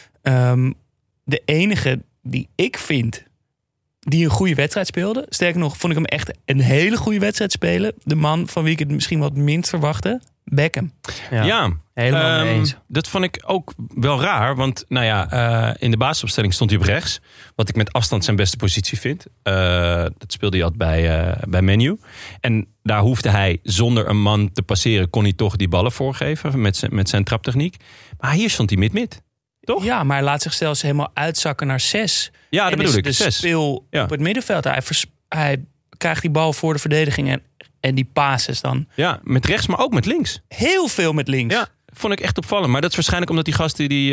De enige die ik vind die een goede wedstrijd speelde. Sterker nog, vond ik hem echt een hele goede wedstrijd spelen. De man van wie ik het misschien wat minst verwachtte. Beckham. Ja, helemaal mee eens. Dat vond ik ook wel raar. Want in de basisopstelling stond hij op rechts. Wat ik met afstand zijn beste positie vind. Dat speelde hij altijd bij Man U. En daar hoefde hij zonder een man te passeren. Kon hij toch die ballen voorgeven met zijn traptechniek. Maar hier stond hij mid. Toch? Ja, maar hij laat zich zelfs helemaal uitzakken naar 6. Ja, dat bedoel ik. De 6. Speel op het middenveld. Hij krijgt die bal voor de verdediging en die passes dan. Ja, met rechts, maar ook met links. Heel veel met links. Ja, vond ik echt opvallend. Maar dat is waarschijnlijk omdat die gast die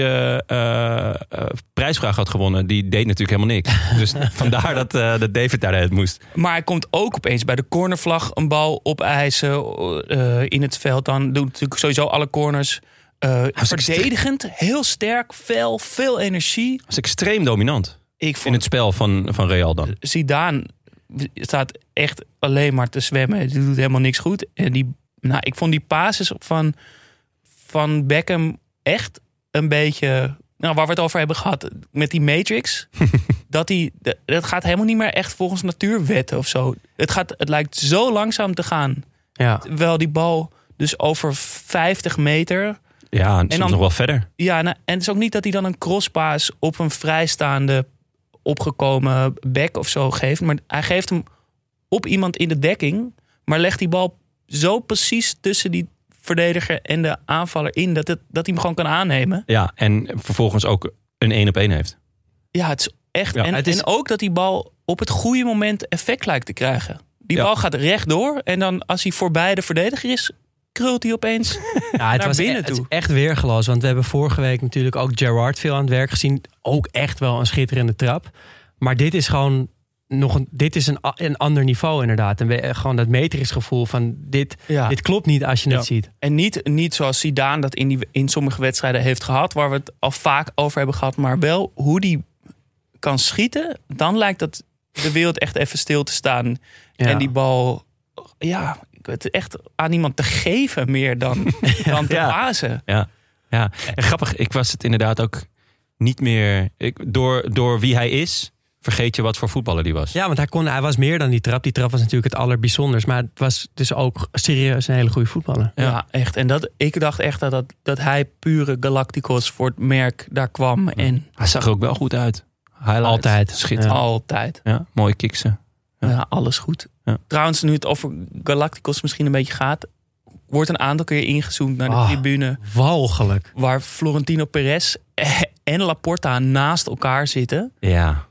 prijsvraag had gewonnen, die deed natuurlijk helemaal niks. Dus vandaar dat David daaruit moest. Maar hij komt ook opeens bij de cornervlag een bal opeisen in het veld. Dan doet natuurlijk sowieso alle corners. Verdedigend, heel sterk, fel, veel energie. Dat is extreem dominant. In het spel van Real dan. Zidane staat echt alleen maar te zwemmen. Die doet helemaal niks goed. En ik vond die passes van Beckham echt een beetje, waar we het over hebben gehad met die Matrix. dat gaat helemaal niet meer echt volgens natuurwetten of zo. Het lijkt zo langzaam te gaan. Ja. Terwijl die bal dus over 50 meter. Ja, en soms nog wel verder. Ja, en het is ook niet dat hij dan een crosspaas op een vrijstaande opgekomen back of zo geeft. Maar hij geeft hem op iemand in de dekking. Maar legt die bal zo precies tussen die verdediger en de aanvaller in dat hij hem gewoon kan aannemen. Ja, en vervolgens ook een 1-op-1 heeft. Ja, het is echt. Ja, en ook dat die bal op het goede moment effect lijkt te krijgen. Die bal gaat rechtdoor en dan als hij voorbij de verdediger is, krult hij opeens naar binnen toe. Het is echt weergeloos, want we hebben vorige week natuurlijk ook Gerrard veel aan het werk gezien. Ook echt wel een schitterende trap. Maar dit is gewoon een ander niveau inderdaad. En gewoon dat Matrix-gevoel van dit klopt niet als je het ziet. En niet zoals Zidane dat in sommige wedstrijden heeft gehad, waar we het al vaak over hebben gehad, maar wel hoe die kan schieten. Dan lijkt dat de wereld echt even stil te staan. Ja. En die bal, het echt aan iemand te geven meer dan te pasen. Ja. En grappig, ik was het inderdaad ook niet meer. Door wie hij is, vergeet je wat voor voetballer die was. Ja, want hij was meer dan die trap. Die trap was natuurlijk het allerbijzonders. Maar het was dus ook serieus een hele goede voetballer. Ja, echt. En ik dacht echt dat hij pure Galacticos voor het merk daar kwam. Ja. En hij zag er ook wel goed uit. Altijd. Schitterend. Altijd. Ja, mooie kiksen. Ja, alles goed. Ja. Trouwens, nu het over Galacticos misschien een beetje gaat, wordt een aantal keer ingezoomd naar de tribune. Walgelijk. Waar Florentino Perez en Laporta naast elkaar zitten. Ja.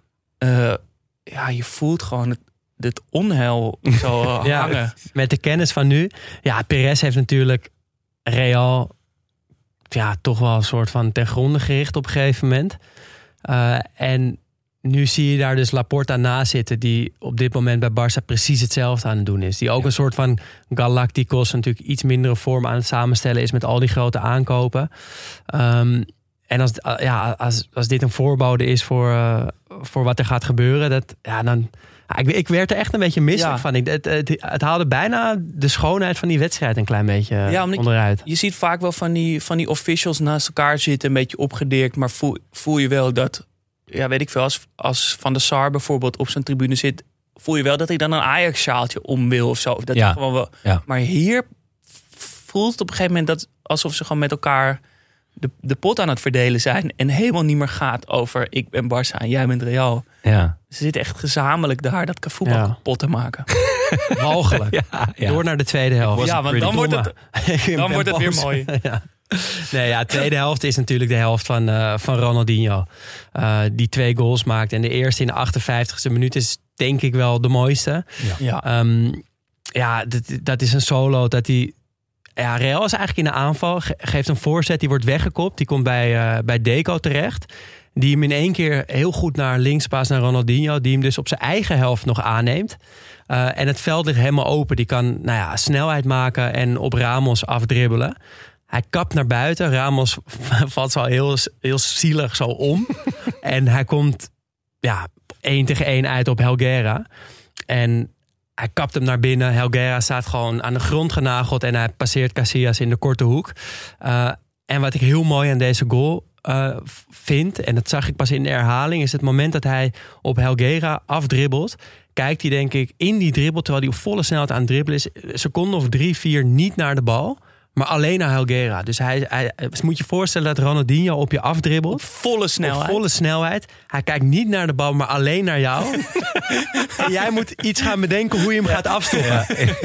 Je voelt gewoon het onheil zo hangen. Met de kennis van nu. Ja, Perez heeft natuurlijk Real toch wel een soort van ten gronde gericht op een gegeven moment. En nu zie je daar dus Laporta naast zitten, die op dit moment bij Barça precies hetzelfde aan het doen is. Die ook een soort van Galacticos, natuurlijk iets mindere vorm aan het samenstellen is met al die grote aankopen. En als dit een voorbode is voor wat er gaat gebeuren, ik werd er echt een beetje misselijk van. Het haalde bijna de schoonheid van die wedstrijd een klein beetje onderuit. Je ziet vaak wel van die officials naast elkaar zitten, een beetje opgedirkt, maar voel je wel dat, weet ik veel, als Van der Sar bijvoorbeeld op zijn tribune zit, voel je wel dat hij dan een Ajax-sjaaltje om wil of zo. Of dat hij gewoon wel. Ja. Maar hier voelt het op een gegeven moment dat alsof ze gewoon met elkaar de pot aan het verdelen zijn en helemaal niet meer gaat over ik ben Barça en jij bent Real. Ja. Ze zitten echt gezamenlijk daar dat voetbal kapot te maken. Walgelijk. Door naar de tweede helft. Ja, want dan wordt het weer mooi. De tweede helft is natuurlijk de helft van Ronaldinho. Die 2 goals maakt. En de eerste in de 58e minuut is denk ik wel de mooiste. Dat is een solo dat hij... Real is eigenlijk in de aanval. Geeft een voorzet, die wordt weggekopt. Die komt bij Deco terecht. Die hem in 1 keer heel goed naar links paast naar Ronaldinho. Die hem dus op zijn eigen helft nog aanneemt. En het veld ligt helemaal open. Die kan snelheid maken en op Ramos afdribbelen. Hij kapt naar buiten. Ramos valt zo heel zielig zo om. En hij komt 1 tegen 1 uit op Helguera. En hij kapt hem naar binnen. Helguera staat gewoon aan de grond genageld. En hij passeert Casillas in de korte hoek. En wat ik heel mooi aan deze goal vind, en dat zag ik pas in de herhaling, is het moment dat hij op Helguera afdribbelt. Kijkt hij denk ik in die dribbel, terwijl hij op volle snelheid aan het dribbelen is, een seconde of 3-4 niet naar de bal, maar alleen naar Helguera. Dus hij moet je voorstellen dat Ronaldinho op je afdribbelt. Op volle snelheid. Hij kijkt niet naar de bal, maar alleen naar jou. En jij moet iets gaan bedenken hoe je hem gaat afstoppen.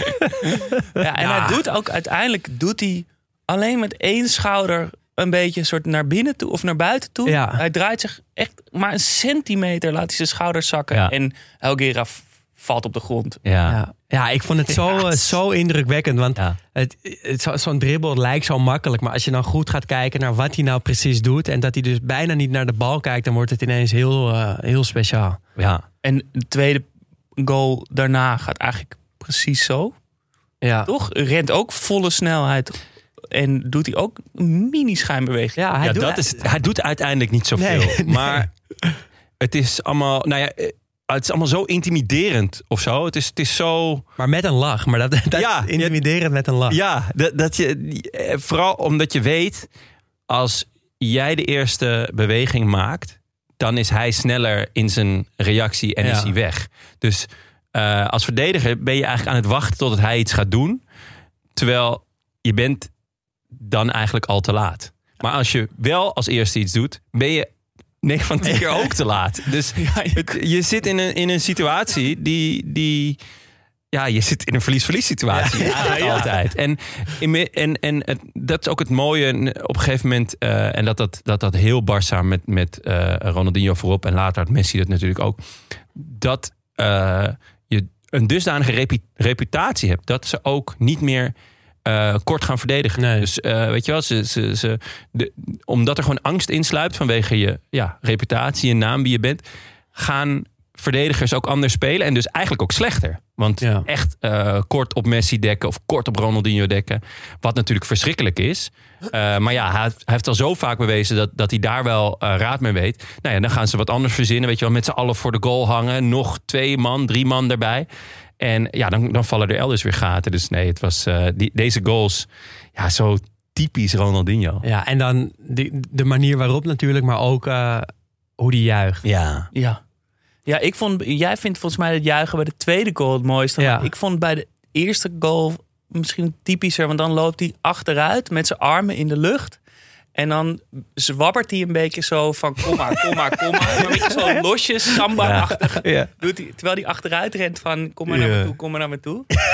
Hij doet ook uiteindelijk alleen met 1 schouder een beetje een soort naar binnen toe of naar buiten toe. Ja. Hij draait zich echt maar een centimeter, laat hij zijn schouders zakken. Ja. En Helguera valt op de grond. Ja, ik vond het zo indrukwekkend. Want zo'n dribbel lijkt zo makkelijk. Maar als je dan goed gaat kijken naar wat hij nou precies doet, en dat hij dus bijna niet naar de bal kijkt, dan wordt het ineens heel speciaal. Ja. En de tweede goal daarna gaat eigenlijk precies zo. Ja. Toch? Rent ook volle snelheid. En doet hij ook een mini-schijnbeweging. Ja, hij doet uiteindelijk niet zoveel. Nee. Maar het is allemaal... het is allemaal zo intimiderend of zo. Het is zo... Maar met een lach. Maar dat intimiderend met een lach. Ja, dat je... Vooral omdat je weet, als jij de eerste beweging maakt, dan is hij sneller in zijn reactie en is hij weg. Dus als verdediger ben je eigenlijk aan het wachten totdat hij iets gaat doen. Terwijl je bent dan eigenlijk al te laat. Maar als je wel als eerste iets doet, ben je 9 van 10 keer ook te laat. Dus je zit in een situatie die je zit in een verlies-verlies situatie eigenlijk altijd. En dat is ook het mooie op een gegeven moment, en dat heel Barça met Ronaldinho voorop en later had Messi dat natuurlijk ook, dat je een dusdanige reputatie hebt dat ze ook niet meer kort gaan verdedigen. Nee. Dus weet je wel, omdat er gewoon angst insluipt vanwege je reputatie, je naam, wie je bent, gaan verdedigers ook anders spelen en dus eigenlijk ook slechter. Want echt kort op Messi dekken of kort op Ronaldinho dekken, wat natuurlijk verschrikkelijk is. Maar hij heeft al zo vaak bewezen dat hij daar wel raad mee weet. Nou ja, dan gaan ze wat anders verzinnen, weet je wel, met z'n allen voor de goal hangen, nog 2 man, 3 man erbij. En dan vallen er elders weer gaten. Dus nee, het was deze goals zo typisch Ronaldinho. Ja, en dan de manier waarop natuurlijk, maar ook hoe die juicht. Ja, jij vindt volgens mij het juichen bij de tweede goal het mooiste. Ja. Ik vond bij de eerste goal misschien typischer, want dan loopt hij achteruit met zijn armen in de lucht. En dan zwabbert hij een beetje zo van kom maar. Maar een beetje zo losjes, samba-achtig. Ja. Doet hij, terwijl hij achteruit rent van kom maar naar me toe.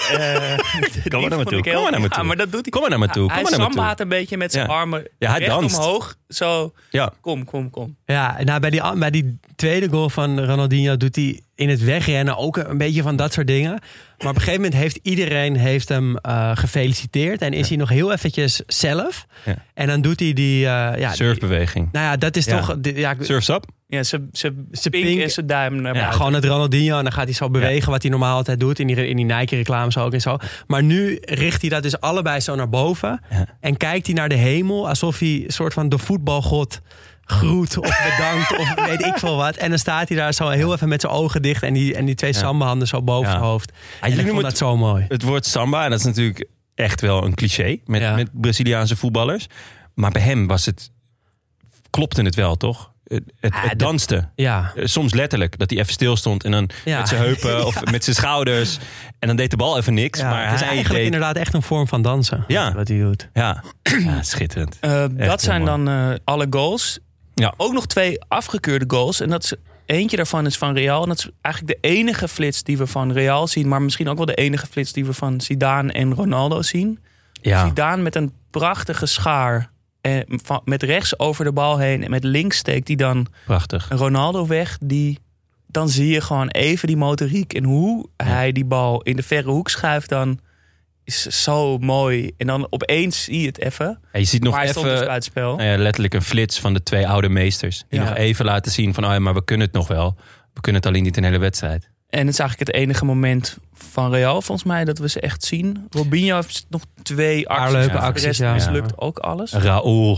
Kom maar naar me toe. Kom maar naar me toe. Ja, maar dat doet hij. Kom maar naar me toe. Hij sambaat een beetje met zijn armen hij recht danst omhoog. Zo, ja. Kom. Ja, nou, bij die tweede goal van Ronaldinho doet hij in het wegrennen ook een beetje van dat soort dingen. Maar op een gegeven moment heeft iedereen hem gefeliciteerd. En is hij nog heel eventjes zelf. Ja. En dan doet hij die... surfbeweging. Nou ja, dat is toch... Surf's up? Ja, ze pink en zijn duim naar buiten. Ja, gewoon het Ronaldinho. En dan gaat hij zo bewegen wat hij normaal altijd doet. In die Nike-reclames ook en zo. Maar nu richt hij dat dus allebei zo naar boven. Ja. En kijkt hij naar de hemel. Alsof hij een soort van de voetbalgod groet of bedankt of weet ik veel wat. En dan staat hij daar zo heel even met zijn ogen dicht. En die twee samba-handen zo boven zijn hoofd. En ik vond dat zo mooi. Het woord samba, en dat is natuurlijk echt wel een cliché. Met Braziliaanse voetballers. Maar bij hem klopte het wel, toch? Het danste. Ja. Soms letterlijk. Dat hij even stil stond en dan met zijn heupen of met zijn schouders. En dan deed de bal even niks. Maar het is eigenlijk inderdaad echt een vorm van dansen. Ja. Wat hij doet. Ja, schitterend. Dat zijn dan alle goals. Ja. Ook nog 2 afgekeurde goals. En dat is, eentje daarvan is van Real. En dat is eigenlijk de enige flits die we van Real zien. Maar misschien ook wel de enige flits die we van Zidane en Ronaldo zien. Ja. Zidane met een prachtige schaar. Met rechts over de bal heen en met links steekt hij dan Ronaldo weg. Dan zie je gewoon even die motoriek. En hoe hij die bal in de verre hoek schuift dan is zo mooi. En dan opeens zie je het even. Ja, je ziet nog even letterlijk een flits van de 2 oude meesters. Die nog even laten zien van maar we kunnen het nog wel. We kunnen het alleen niet een hele wedstrijd. En het is eigenlijk het enige moment van Real volgens mij dat we ze echt zien. Robinho heeft nog 2 acties. De rest mislukt ook alles. Raúl.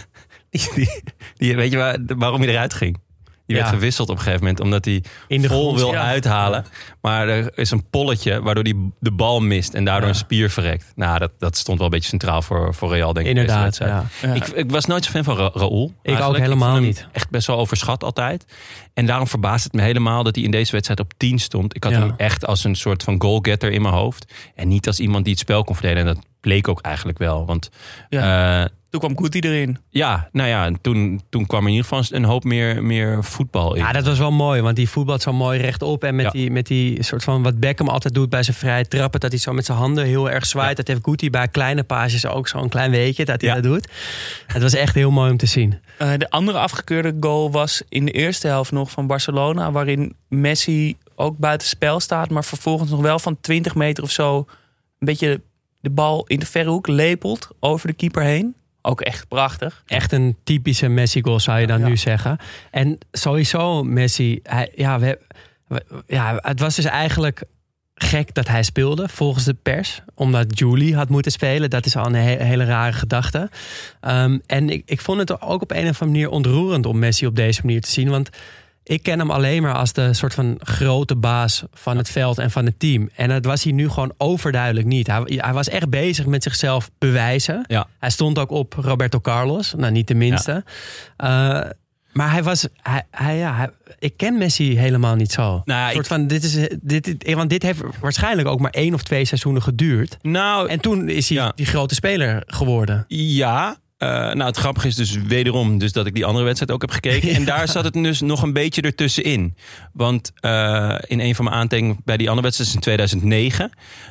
Die, weet je waarom hij eruit ging? Die werd gewisseld op een gegeven moment. Omdat hij vol wil uithalen. Maar er is een polletje waardoor hij de bal mist. En daardoor een spier verrekt. Nou, dat stond wel een beetje centraal voor Real, denk ik. Inderdaad, Ik was nooit zo fan van Raúl. Ik ook helemaal niet. Echt best wel overschat altijd. En daarom verbaast het me helemaal dat hij in deze wedstrijd op 10 stond. Ik had hem echt als een soort van goalgetter in mijn hoofd. En niet als iemand die het spel kon verdelen. En dat bleek ook eigenlijk wel. Want... toen kwam Guti erin. Ja, nou ja, toen kwam er in ieder geval een hoop meer voetbal in. Ja, dat was wel mooi, want die voetbalt zo mooi rechtop. En met die soort van wat Beckham altijd doet bij zijn vrije trappen. Dat hij zo met zijn handen heel erg zwaait. Ja. Dat heeft Guti bij kleine paasjes ook zo'n klein weetje dat hij dat doet. Het was echt heel mooi om te zien. De andere afgekeurde goal was in de eerste helft nog van Barcelona. Waarin Messi ook buiten spel staat. Maar vervolgens nog wel van 20 meter of zo een beetje de bal in de verre hoek lepelt over de keeper heen. Ook echt prachtig. Echt een typische Messi-goal zou je dan nu zeggen. En sowieso Messi... het was dus eigenlijk gek dat hij speelde, volgens de pers. Omdat Julie had moeten spelen. Dat is al een hele rare gedachte. En ik vond het ook op een of andere manier ontroerend om Messi op deze manier te zien. Want ik ken hem alleen maar als de soort van grote baas van het veld en van het team. En dat was hij nu gewoon overduidelijk niet. Hij was echt bezig met zichzelf bewijzen. Ja. Hij stond ook op Roberto Carlos. Nou, niet de minste. Ja. Maar hij was... ik ken Messi helemaal niet zo. Nou, want dit heeft waarschijnlijk ook maar 1 of 2 seizoenen geduurd. Nou, en toen is hij die grote speler geworden. Ja. Het grappige is dus wederom dat ik die andere wedstrijd ook heb gekeken. En daar zat het dus nog een beetje ertussenin. Want in een van mijn aantekeningen bij die andere wedstrijd in 2009...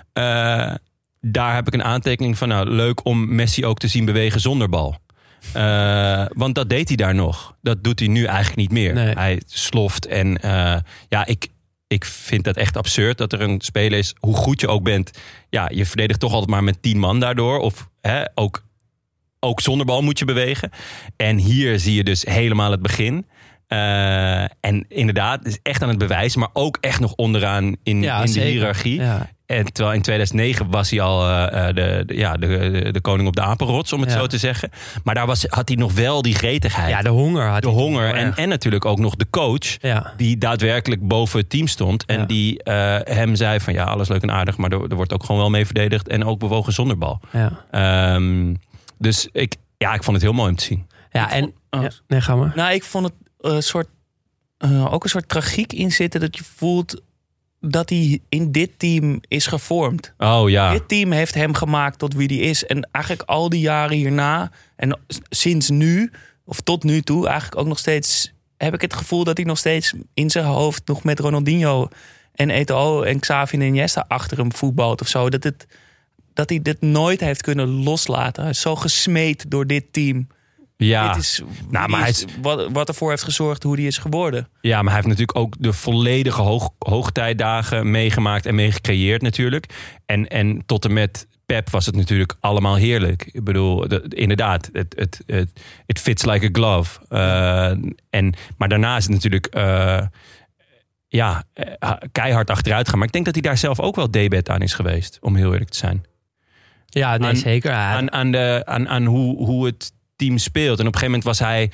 daar heb ik een aantekening van... leuk om Messi ook te zien bewegen zonder bal. Want dat deed hij daar nog. Dat doet hij nu eigenlijk niet meer. Nee. Hij sloft en ik vind dat echt absurd dat er een speler is, hoe goed je ook bent. Ja, je verdedigt toch altijd maar met 10 man daardoor. Of ook zonder bal moet je bewegen. En hier zie je dus helemaal het begin. En inderdaad, het is echt aan het bewijzen, maar ook echt nog onderaan in de hiërarchie. Ja. En terwijl in 2009 was hij al de koning op de apenrots, om het zo te zeggen. Maar daar had hij nog wel die gretigheid. Ja, de honger had hij. En natuurlijk ook nog de coach, die daadwerkelijk boven het team stond. En die hem zei van alles leuk en aardig, maar er wordt ook gewoon wel mee verdedigd. En ook bewogen zonder bal. Ja. Dus ik vond het heel mooi om te zien. Ja, nee, ga maar. Nou, ik vond het ook een soort tragiek in zitten, dat je voelt dat hij in dit team is gevormd. Oh ja. Dit team heeft hem gemaakt tot wie hij is. En eigenlijk al die jaren hierna en sinds nu, of tot nu toe, eigenlijk ook nog steeds heb ik het gevoel dat hij nog steeds in zijn hoofd nog met Ronaldinho en Eto'o en Xavi en Iniesta achter hem voetbalt of zo. Dat hij dit nooit heeft kunnen loslaten. Hij is zo gesmeed door dit team. Ja, Dit is, wat ervoor heeft gezorgd hoe die is geworden. Ja, maar hij heeft natuurlijk ook de volledige hoogtijdagen meegemaakt en meegecreëerd natuurlijk. En tot en met Pep was het natuurlijk allemaal heerlijk. Ik bedoel, inderdaad, it fits like a glove. Maar daarna is het natuurlijk keihard achteruit gaan. Maar ik denk dat hij daar zelf ook wel debet aan is geweest, om heel eerlijk te zijn. Ja, nee, zeker. Aan hoe het team speelt. En op een gegeven moment was hij,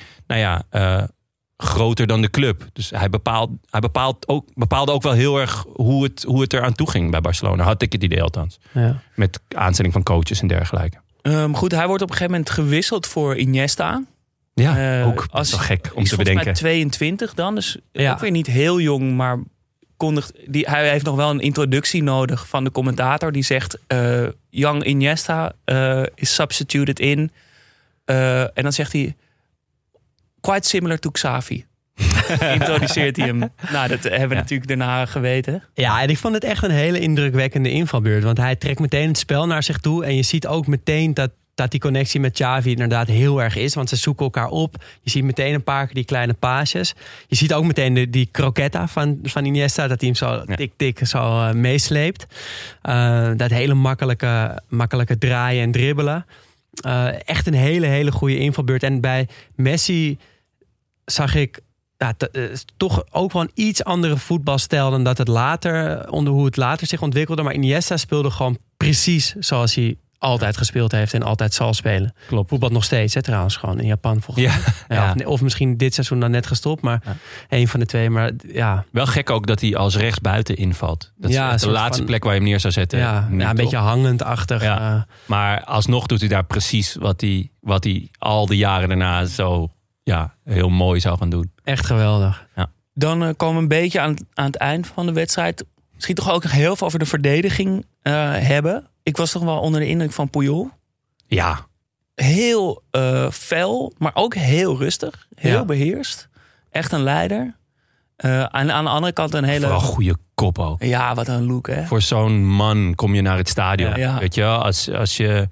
groter dan de club. Dus hij bepaalde ook wel heel erg hoe het eraan toe ging bij Barcelona. Had ik het idee althans. Ja. Met aanstelling van coaches en dergelijke. Goed, hij wordt op een gegeven moment gewisseld voor Iniesta. Ja, ook wel gek om te bedenken. Hij is 22 dan, dus ook weer niet heel jong, maar hij heeft nog wel een introductie nodig van de commentator. Die zegt, young Iniesta is substituted in. En dan zegt hij, quite similar to Xavi. Introduceert hij hem. Nou, dat hebben we natuurlijk daarna geweten. Ja, en ik vond het echt een hele indrukwekkende invalbeurt. Want hij trekt meteen het spel naar zich toe. En je ziet ook meteen dat die connectie met Xavi inderdaad heel erg is. Want ze zoeken elkaar op. Je ziet meteen een paar keer die kleine paasjes. Je ziet ook meteen die croqueta van Iniesta. Dat hij hem zo tik zo meesleept. Dat hele makkelijke draaien en dribbelen. Echt een hele goede invalbeurt. En bij Messi zag ik toch ook wel een iets andere voetbalstijl dan dat hoe het later zich ontwikkelde. Maar Iniesta speelde gewoon precies zoals hij altijd gespeeld heeft en altijd zal spelen. Klopt. Voetbal nog steeds, hè, trouwens, gewoon in Japan volgens mij. Ja. Of misschien dit seizoen dan net gestopt, maar één van de twee. Maar ja. Wel gek ook dat hij als rechtsbuiten invalt. Dat is de laatste plek waar je hem neer zou zetten. Ja, een beetje hangend-achtig. Ja. Maar alsnog doet hij daar precies wat hij al die jaren daarna zo heel mooi zou gaan doen. Echt geweldig. Ja. Dan komen we een beetje aan het eind van de wedstrijd. Misschien toch ook heel veel over de verdediging hebben. Ik was toch wel onder de indruk van Puyol. Ja. Heel fel, maar ook heel rustig. Heel beheerst. Echt een leider. Aan de andere kant een hele... Vooral goede kop ook. Ja, wat een look, hè. Voor zo'n man kom je naar het stadion. Ja. Weet je wel? Als je...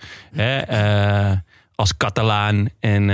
als Catalaan en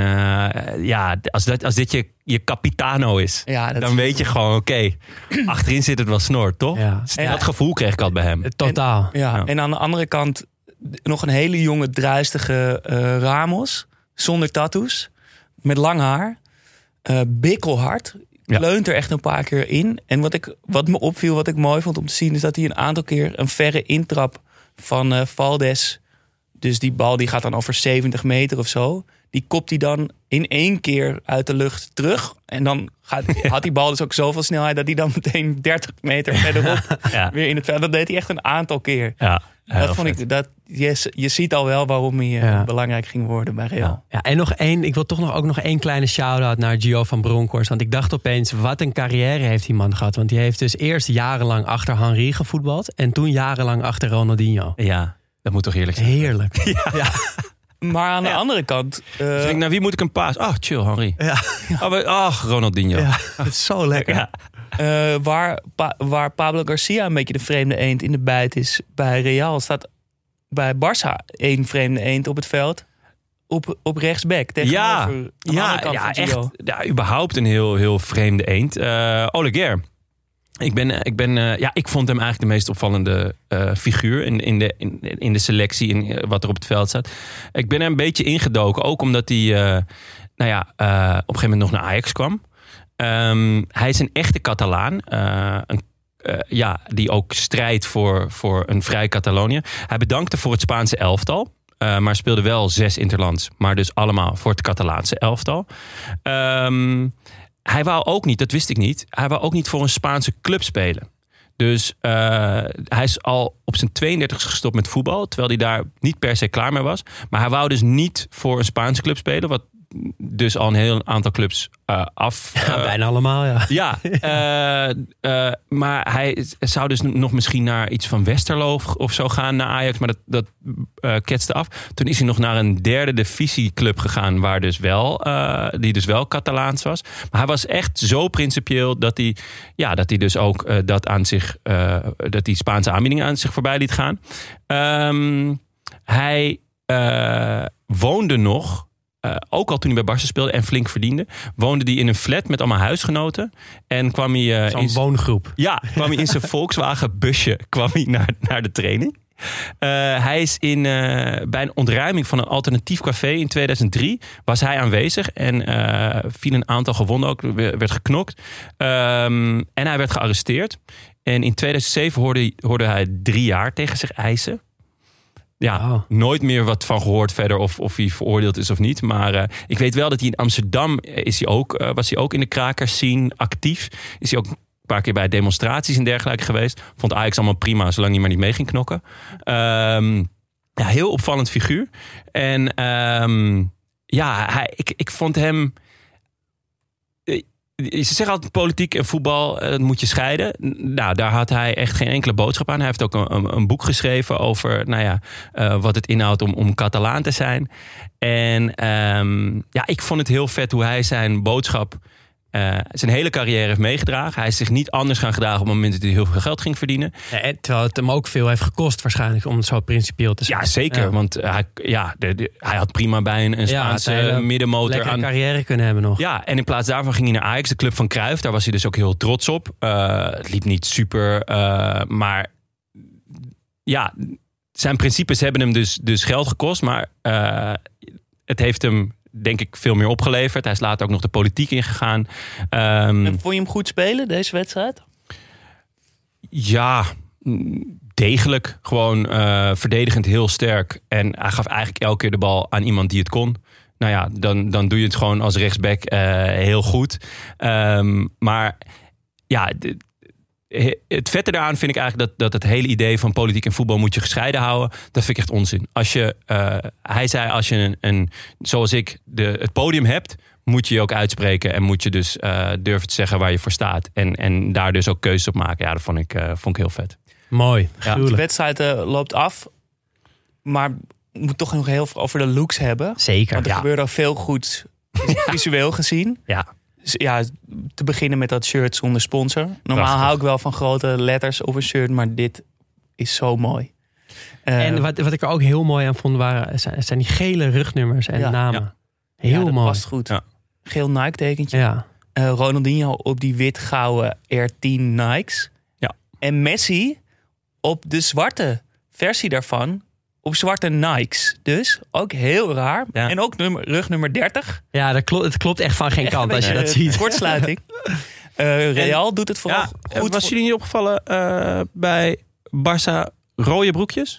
als dit je capitano is, dan weet je gewoon, oké, achterin zit het wel snor, toch? Ja. En dat gevoel kreeg ik al bij hem. Totaal. En aan de andere kant nog een hele jonge, druistige Ramos, zonder tattoos, met lang haar, bikkelhard, leunt er echt een paar keer in. En wat me opviel, wat ik mooi vond om te zien, is dat hij een aantal keer een verre intrap van Valdes. Dus die bal die gaat dan over 70 meter of zo. Die kopt hij dan in 1 keer uit de lucht terug. En dan had die bal dus ook zoveel snelheid dat hij dan meteen 30 meter verderop weer in het veld. Dat deed hij echt een aantal keer. Ja, dat vond ik. Je ziet al wel waarom hij belangrijk ging worden bij Real. Ja, en nog één. Ik wil toch nog één kleine shout-out naar Gio van Bronckhorst. Want ik dacht opeens, wat een carrière heeft die man gehad. Want die heeft dus eerst jarenlang achter Henry gevoetbald. En toen jarenlang achter Ronaldinho. Ja. Dat moet toch heerlijk zijn? Heerlijk. Ja. Maar aan de andere kant... Dus ik denk, naar wie moet ik een paas? Chill, Henry. Ja. Ronaldinho. Ja, dat is zo lekker. Ja. Waar Pablo Garcia een beetje de vreemde eend in de bijt is bij Real, staat bij Barça 1 vreemde eend op het veld. Op rechtsback. Tegenover de andere kant van Gio. Echt. Ja, überhaupt een heel vreemde eend. Oleguer. Ik vond hem eigenlijk de meest opvallende figuur in de selectie in wat er op het veld staat. Ik ben er een beetje ingedoken, ook omdat hij op een gegeven moment nog naar Ajax kwam. Hij is een echte Catalaan, die ook strijdt voor een vrij Catalonië. Hij bedankte voor het Spaanse elftal. Maar speelde wel 6 interlands, maar dus allemaal voor het Catalaanse elftal. Hij wou ook niet, dat wist ik niet, hij wou ook niet voor een Spaanse club spelen. Dus hij is al op zijn 32e gestopt met voetbal, terwijl hij daar niet per se klaar mee was. Maar hij wou dus niet voor een Spaanse club spelen, wat dus al een heel aantal clubs af. Bijna allemaal, ja. Ja, maar hij zou dus nog misschien naar iets van Westerlo of zo gaan naar Ajax. Maar dat ketste af. Toen is hij nog naar een derde divisieclub gegaan, waar dus die dus wel Catalaans was. Maar hij was echt zo principieel dat hij dus ook dat die Spaanse aanbieding aan zich voorbij liet gaan. Hij woonde nog, ook al toen hij bij Barça speelde en flink verdiende, woonde hij in een flat met allemaal huisgenoten. En kwam hij Zo'n woongroep. Ja, kwam hij in zijn Volkswagen busje naar de training. Hij is bij een ontruiming van een alternatief café in 2003 was hij aanwezig en viel een aantal gewonden ook, werd geknokt. En hij werd gearresteerd. En in 2007 hoorde hij 3 jaar tegen zich eisen. Ja, nooit meer wat van gehoord verder of hij veroordeeld is of niet. Maar ik weet wel dat hij in Amsterdam was hij ook in de krakerscene actief. Is hij ook een paar keer bij demonstraties en dergelijke geweest. Vond Ajax allemaal prima, zolang hij maar niet mee ging knokken. Heel opvallend figuur. En ik vond hem... Ze zeggen altijd politiek en voetbal, dat moet je scheiden. Nou, daar had hij echt geen enkele boodschap aan. Hij heeft ook een boek geschreven over wat het inhoudt om Catalaan te zijn. En ik vond het heel vet hoe hij zijn boodschap zijn hele carrière heeft meegedragen. Hij is zich niet anders gaan gedragen op het moment dat hij heel veel geld ging verdienen. Ja, terwijl het hem ook veel heeft gekost waarschijnlijk om het zo principieel te zijn. Ja, zeker. Ja. Want hij had prima bij een Spaanse middenmotor lekker een carrière kunnen hebben nog. Ja, en in plaats daarvan ging hij naar Ajax, de club van Cruijff. Daar was hij dus ook heel trots op. Het liep niet super, maar ja, zijn principes hebben hem dus geld gekost. Maar het heeft hem, denk ik, veel meer opgeleverd. Hij is later ook nog de politiek ingegaan. En vond je hem goed spelen, deze wedstrijd? Ja, degelijk. Gewoon verdedigend heel sterk. En hij gaf eigenlijk elke keer de bal aan iemand die het kon. Nou ja, dan doe je het gewoon als rechtsback heel goed. Maar ja, het vette daaraan vind ik eigenlijk dat het hele idee van politiek en voetbal moet je gescheiden houden. Dat vind ik echt onzin. Hij zei, als je zoals ik het podium hebt, moet je je ook uitspreken en moet je dus durven te zeggen waar je voor staat. En daar dus ook keuzes op maken. Ja, dat vond ik heel vet. Mooi. Ja, de wedstrijd loopt af, maar we moeten toch nog heel veel over de looks hebben. Zeker. Want er gebeurde al veel goeds visueel gezien. Ja. Dus ja, te beginnen met dat shirt zonder sponsor. Normaal hou ik wel van grote letters op een shirt, maar dit is zo mooi. En wat ik er ook heel mooi aan vond, zijn die gele rugnummers en namen. Ja. Heel dat mooi. past goed. Ja. Geel Nike-tekentje. Ja. Ronaldinho op die wit-gouden R10 Nikes. Ja. En Messi op de zwarte versie daarvan op zwarte Nikes. Dus ook heel raar. Ja. En ook rugnummer 30. Ja, het klopt echt van geen kant als je dat ziet. Kortsluiting. Real doet het vooral goed. Was jullie niet opgevallen bij Barça rode broekjes?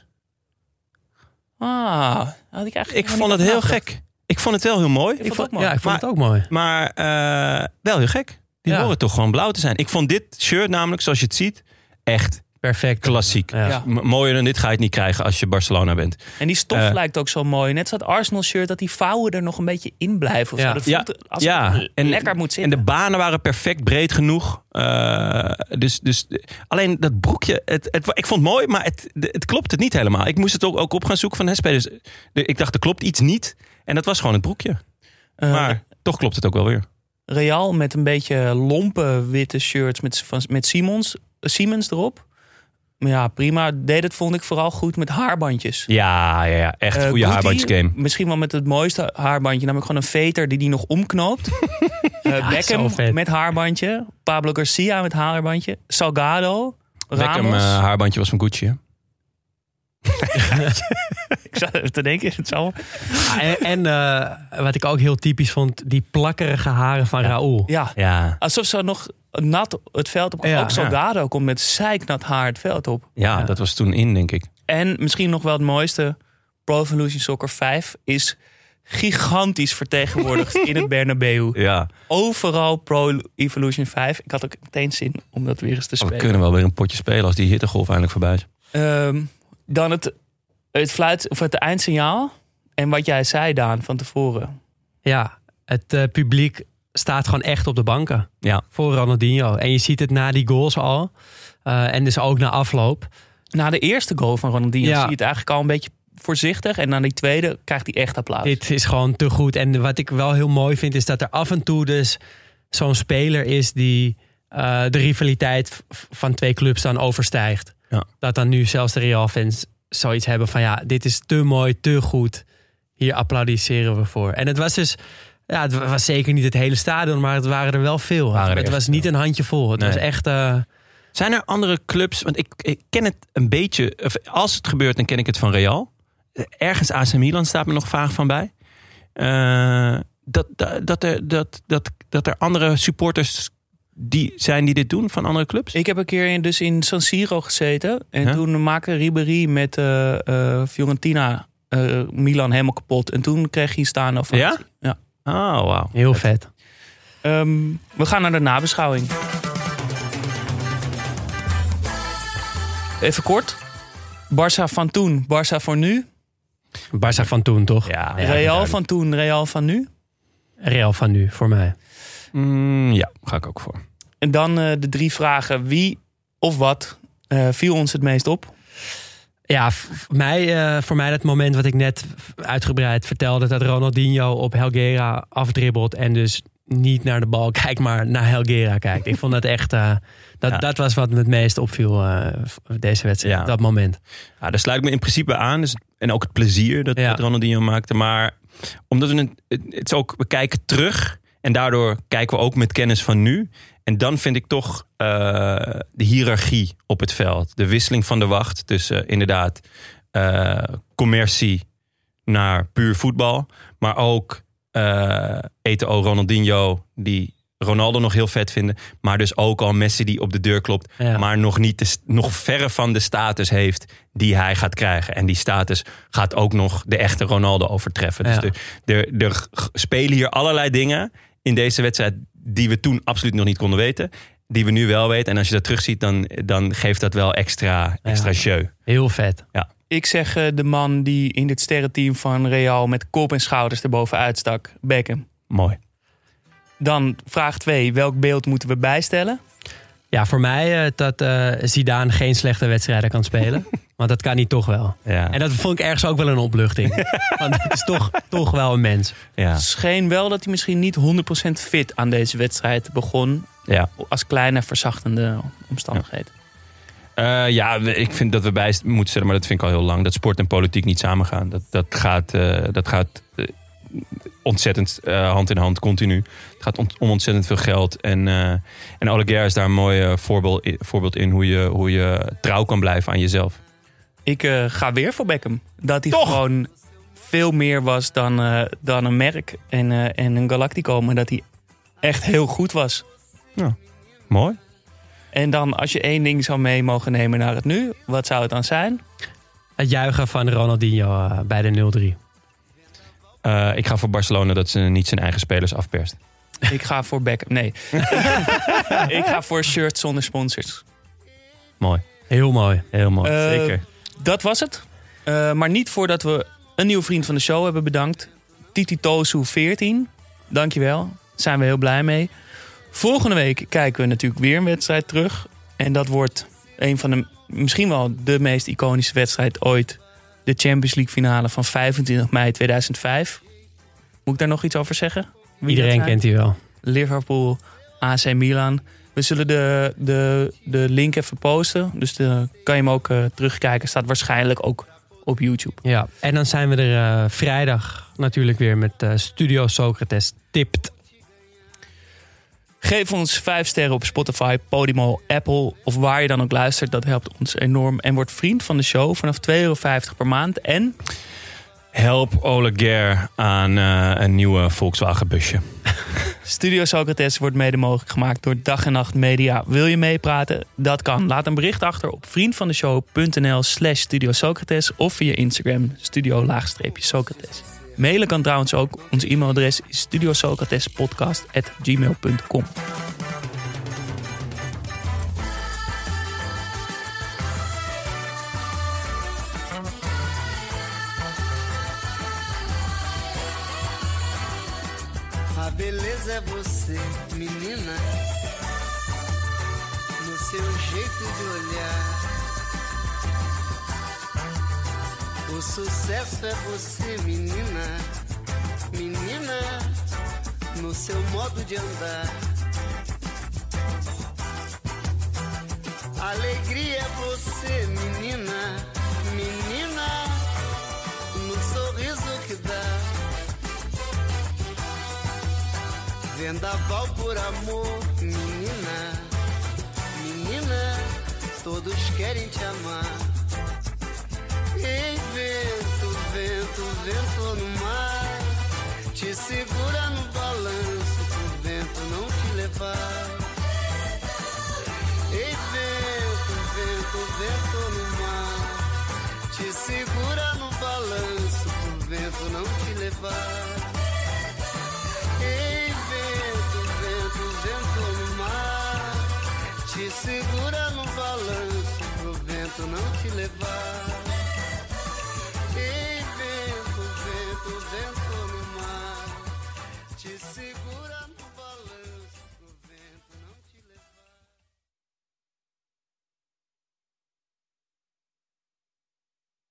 Had ik eigenlijk ik vond het heel gek. Ik vond het wel heel mooi. Ik vond het ook mooi. Maar wel heel gek. Die horen toch gewoon blauw te zijn. Ik vond dit shirt namelijk, zoals je het ziet, echt perfect. Klassiek. Ja. Mooier dan dit ga je het niet krijgen als je Barcelona bent. En die stof lijkt ook zo mooi. Net zoals het Arsenal shirt, dat die vouwen er nog een beetje in blijven. Of zo. Dat voelt als het lekker moet zitten. En de banen waren perfect breed genoeg. Dus alleen dat broekje, ik vond het mooi, maar het klopt het niet helemaal. Ik moest het ook op gaan zoeken van spelers. Ik dacht, er klopt iets niet. En dat was gewoon het broekje. Maar toch klopt het ook wel weer. Real met een beetje lompe witte shirts met Siemens erop. Maar ja, prima. Deed het, vond ik, vooral goed met haarbandjes. Ja, echt goede haarbandjesgame. Misschien wel met het mooiste haarbandje. Namelijk gewoon een veter die nog omknoopt. Beckham met haarbandje. Pablo Garcia met haarbandje. Salgado. Beckham haarbandje was van Gucci, hè? Ik zat even te denken. Het zal. En wat ik ook heel typisch vond, die plakkerige haren van Raúl. Ja. Alsof ze nog nat het veld op. Ook Salgado komt met zeiknat haar het veld op. Ja, dat was toen in, denk ik. En misschien nog wel het mooiste. Pro Evolution Soccer 5 is gigantisch vertegenwoordigd in het Bernabeu. Ja. Overal Pro Evolution 5. Ik had ook meteen zin om dat weer eens te spelen. We kunnen wel weer een potje spelen als die hittegolf eindelijk voorbij is. Dan het fluit of het eindsignaal. En wat jij zei, Daan, van tevoren. Ja, Het publiek staat gewoon echt op de banken Ja. voor Ronaldinho. En je ziet het na die goals al. En dus ook na afloop. Na de eerste goal van Ronaldinho Ja. zie je het eigenlijk al een beetje voorzichtig. En na die tweede krijgt hij echt applaus. Dit is gewoon te goed. En wat ik wel heel mooi vind is dat er af en toe dus zo'n speler is die de rivaliteit van twee clubs dan overstijgt. Ja. Dat dan nu zelfs de Real-fans zoiets hebben van ja, dit is te mooi, te goed. Hier applaudisseren we voor. En het was dus, ja, het was zeker niet het hele stadion, maar het waren er wel veel. Het was niet een handjevol. Het was echt... Zijn er andere clubs, want ik ken het een beetje, of als het gebeurt dan ken ik het van Real. Ergens AC Milan staat me nog vaag van bij. Dat er andere supporters die dit doen van andere clubs? Ik heb een keer in San Siro gezeten. En toen maakte Ribéry met Fiorentina Milan helemaal kapot. En toen kreeg hij staan ovatie. Ja? Ja. Oh, wauw. Heel vet. We gaan naar de nabeschouwing. Even kort. Barça van toen, Barça voor nu. Barça van toen, toch? Ja, Real van toen, Real van nu. Real van nu, voor mij. Ja, ga ik ook voor. En dan de 3 vragen. Wie of wat viel ons het meest op? Ja, voor mij dat moment wat ik net uitgebreid vertelde, dat Ronaldinho op Helguera afdribbelt en dus niet naar de bal kijkt, maar naar Helguera kijkt. Ik vond dat echt... Dat was wat me het meest opviel deze wedstrijd, op dat moment. Ja, daar sluit ik me in principe aan. Dus, en ook het plezier dat Ronaldinho maakte. Maar omdat we kijken terug en daardoor kijken we ook met kennis van nu. En dan vind ik toch de hiërarchie op het veld. De wisseling van de wacht tussen inderdaad commercie naar puur voetbal. Maar ook Eto'o, Ronaldinho, die Ronaldo nog heel vet vinden. Maar dus ook al Messi die op de deur klopt. Ja. Maar nog verre van de status heeft die hij gaat krijgen. En die status gaat ook nog de echte Ronaldo overtreffen. Ja. Dus er spelen hier allerlei dingen in deze wedstrijd die we toen absoluut nog niet konden weten. Die we nu wel weten. En als je dat terugziet, dan geeft dat wel extra jeu. Heel vet. Ja. Ik zeg de man die in dit sterrenteam van Real met kop en schouders erboven uitstak. Beckham. Mooi. Dan vraag 2. Welk beeld moeten we bijstellen? Ja, voor mij dat Zidane geen slechte wedstrijden kan spelen. Want dat kan hij toch wel. Ja. En dat vond ik ergens ook wel een opluchting. Want het is toch wel een mens. Ja. Scheen wel dat hij misschien niet 100% fit aan deze wedstrijd begon. Ja. Als kleine verzachtende omstandigheden. Ik vind dat we bij moeten stellen, maar dat vind ik al heel lang. Dat sport en politiek niet samengaan. Dat gaat ontzettend hand in hand, continu. Het gaat om ontzettend veel geld. En Oleguer is daar een mooi voorbeeld in hoe je trouw kan blijven aan jezelf. Ik ga weer voor Beckham. Dat hij Toch? gewoon veel meer was dan een merk en een Galactico. Maar dat hij echt heel goed was. Ja, mooi. En dan als je 1 ding zou mee mogen nemen naar het nu. Wat zou het dan zijn? Het juichen van Ronaldinho bij de 0-3. Ik ga voor Barcelona dat ze niet zijn eigen spelers afperst. Ik ga voor Beckham. Nee. Ik ga voor shirts zonder sponsors. Mooi. Heel mooi. Heel mooi. Zeker. Dat was het. Maar niet voordat we een nieuwe vriend van de show hebben bedankt. Titi Tosu 14. Dankjewel. Zijn we heel blij mee. Volgende week kijken we natuurlijk weer een wedstrijd terug. En dat wordt een van de, misschien wel de meest iconische wedstrijd ooit. De Champions League finale van 25 mei 2005. Moet ik daar nog iets over zeggen? Wie Iedereen kent die wel. Liverpool, AC Milan. We zullen de link even posten. Dus kan je hem ook terugkijken. Staat waarschijnlijk ook op YouTube. Ja, en dan zijn we er vrijdag natuurlijk weer met Studio Socrates tipt. Geef ons 5 sterren op Spotify, Podimo, Apple of waar je dan ook luistert. Dat helpt ons enorm. En word vriend van de show vanaf €2,50 per maand. En help Oleguer aan een nieuwe Volkswagen busje. Studio Socrates wordt mede mogelijk gemaakt door Dag en Nacht Media. Wil je meepraten? Dat kan. Laat een bericht achter op vriendvandeshow.nl/Studio Socrates of via Instagram studio_Socrates. Mailen kan trouwens ook. Ons e-mailadres is studiosocratespodcast@gmail.com. beleza é você, menina, no seu jeito de olhar. O sucesso é você, menina, menina, no seu modo de andar. Alegria é você, menina, menina, no sorriso que dá. Vendaval por amor, menina, menina, todos querem te amar. Ei, vento, vento, vento no mar, te segura no balanço pro vento não te levar. Ei, vento, vento, vento no mar, te segura no balanço pro vento não te levar. Ei, vento, vento, vento no mar, te segura no balanço pro vento não te levar.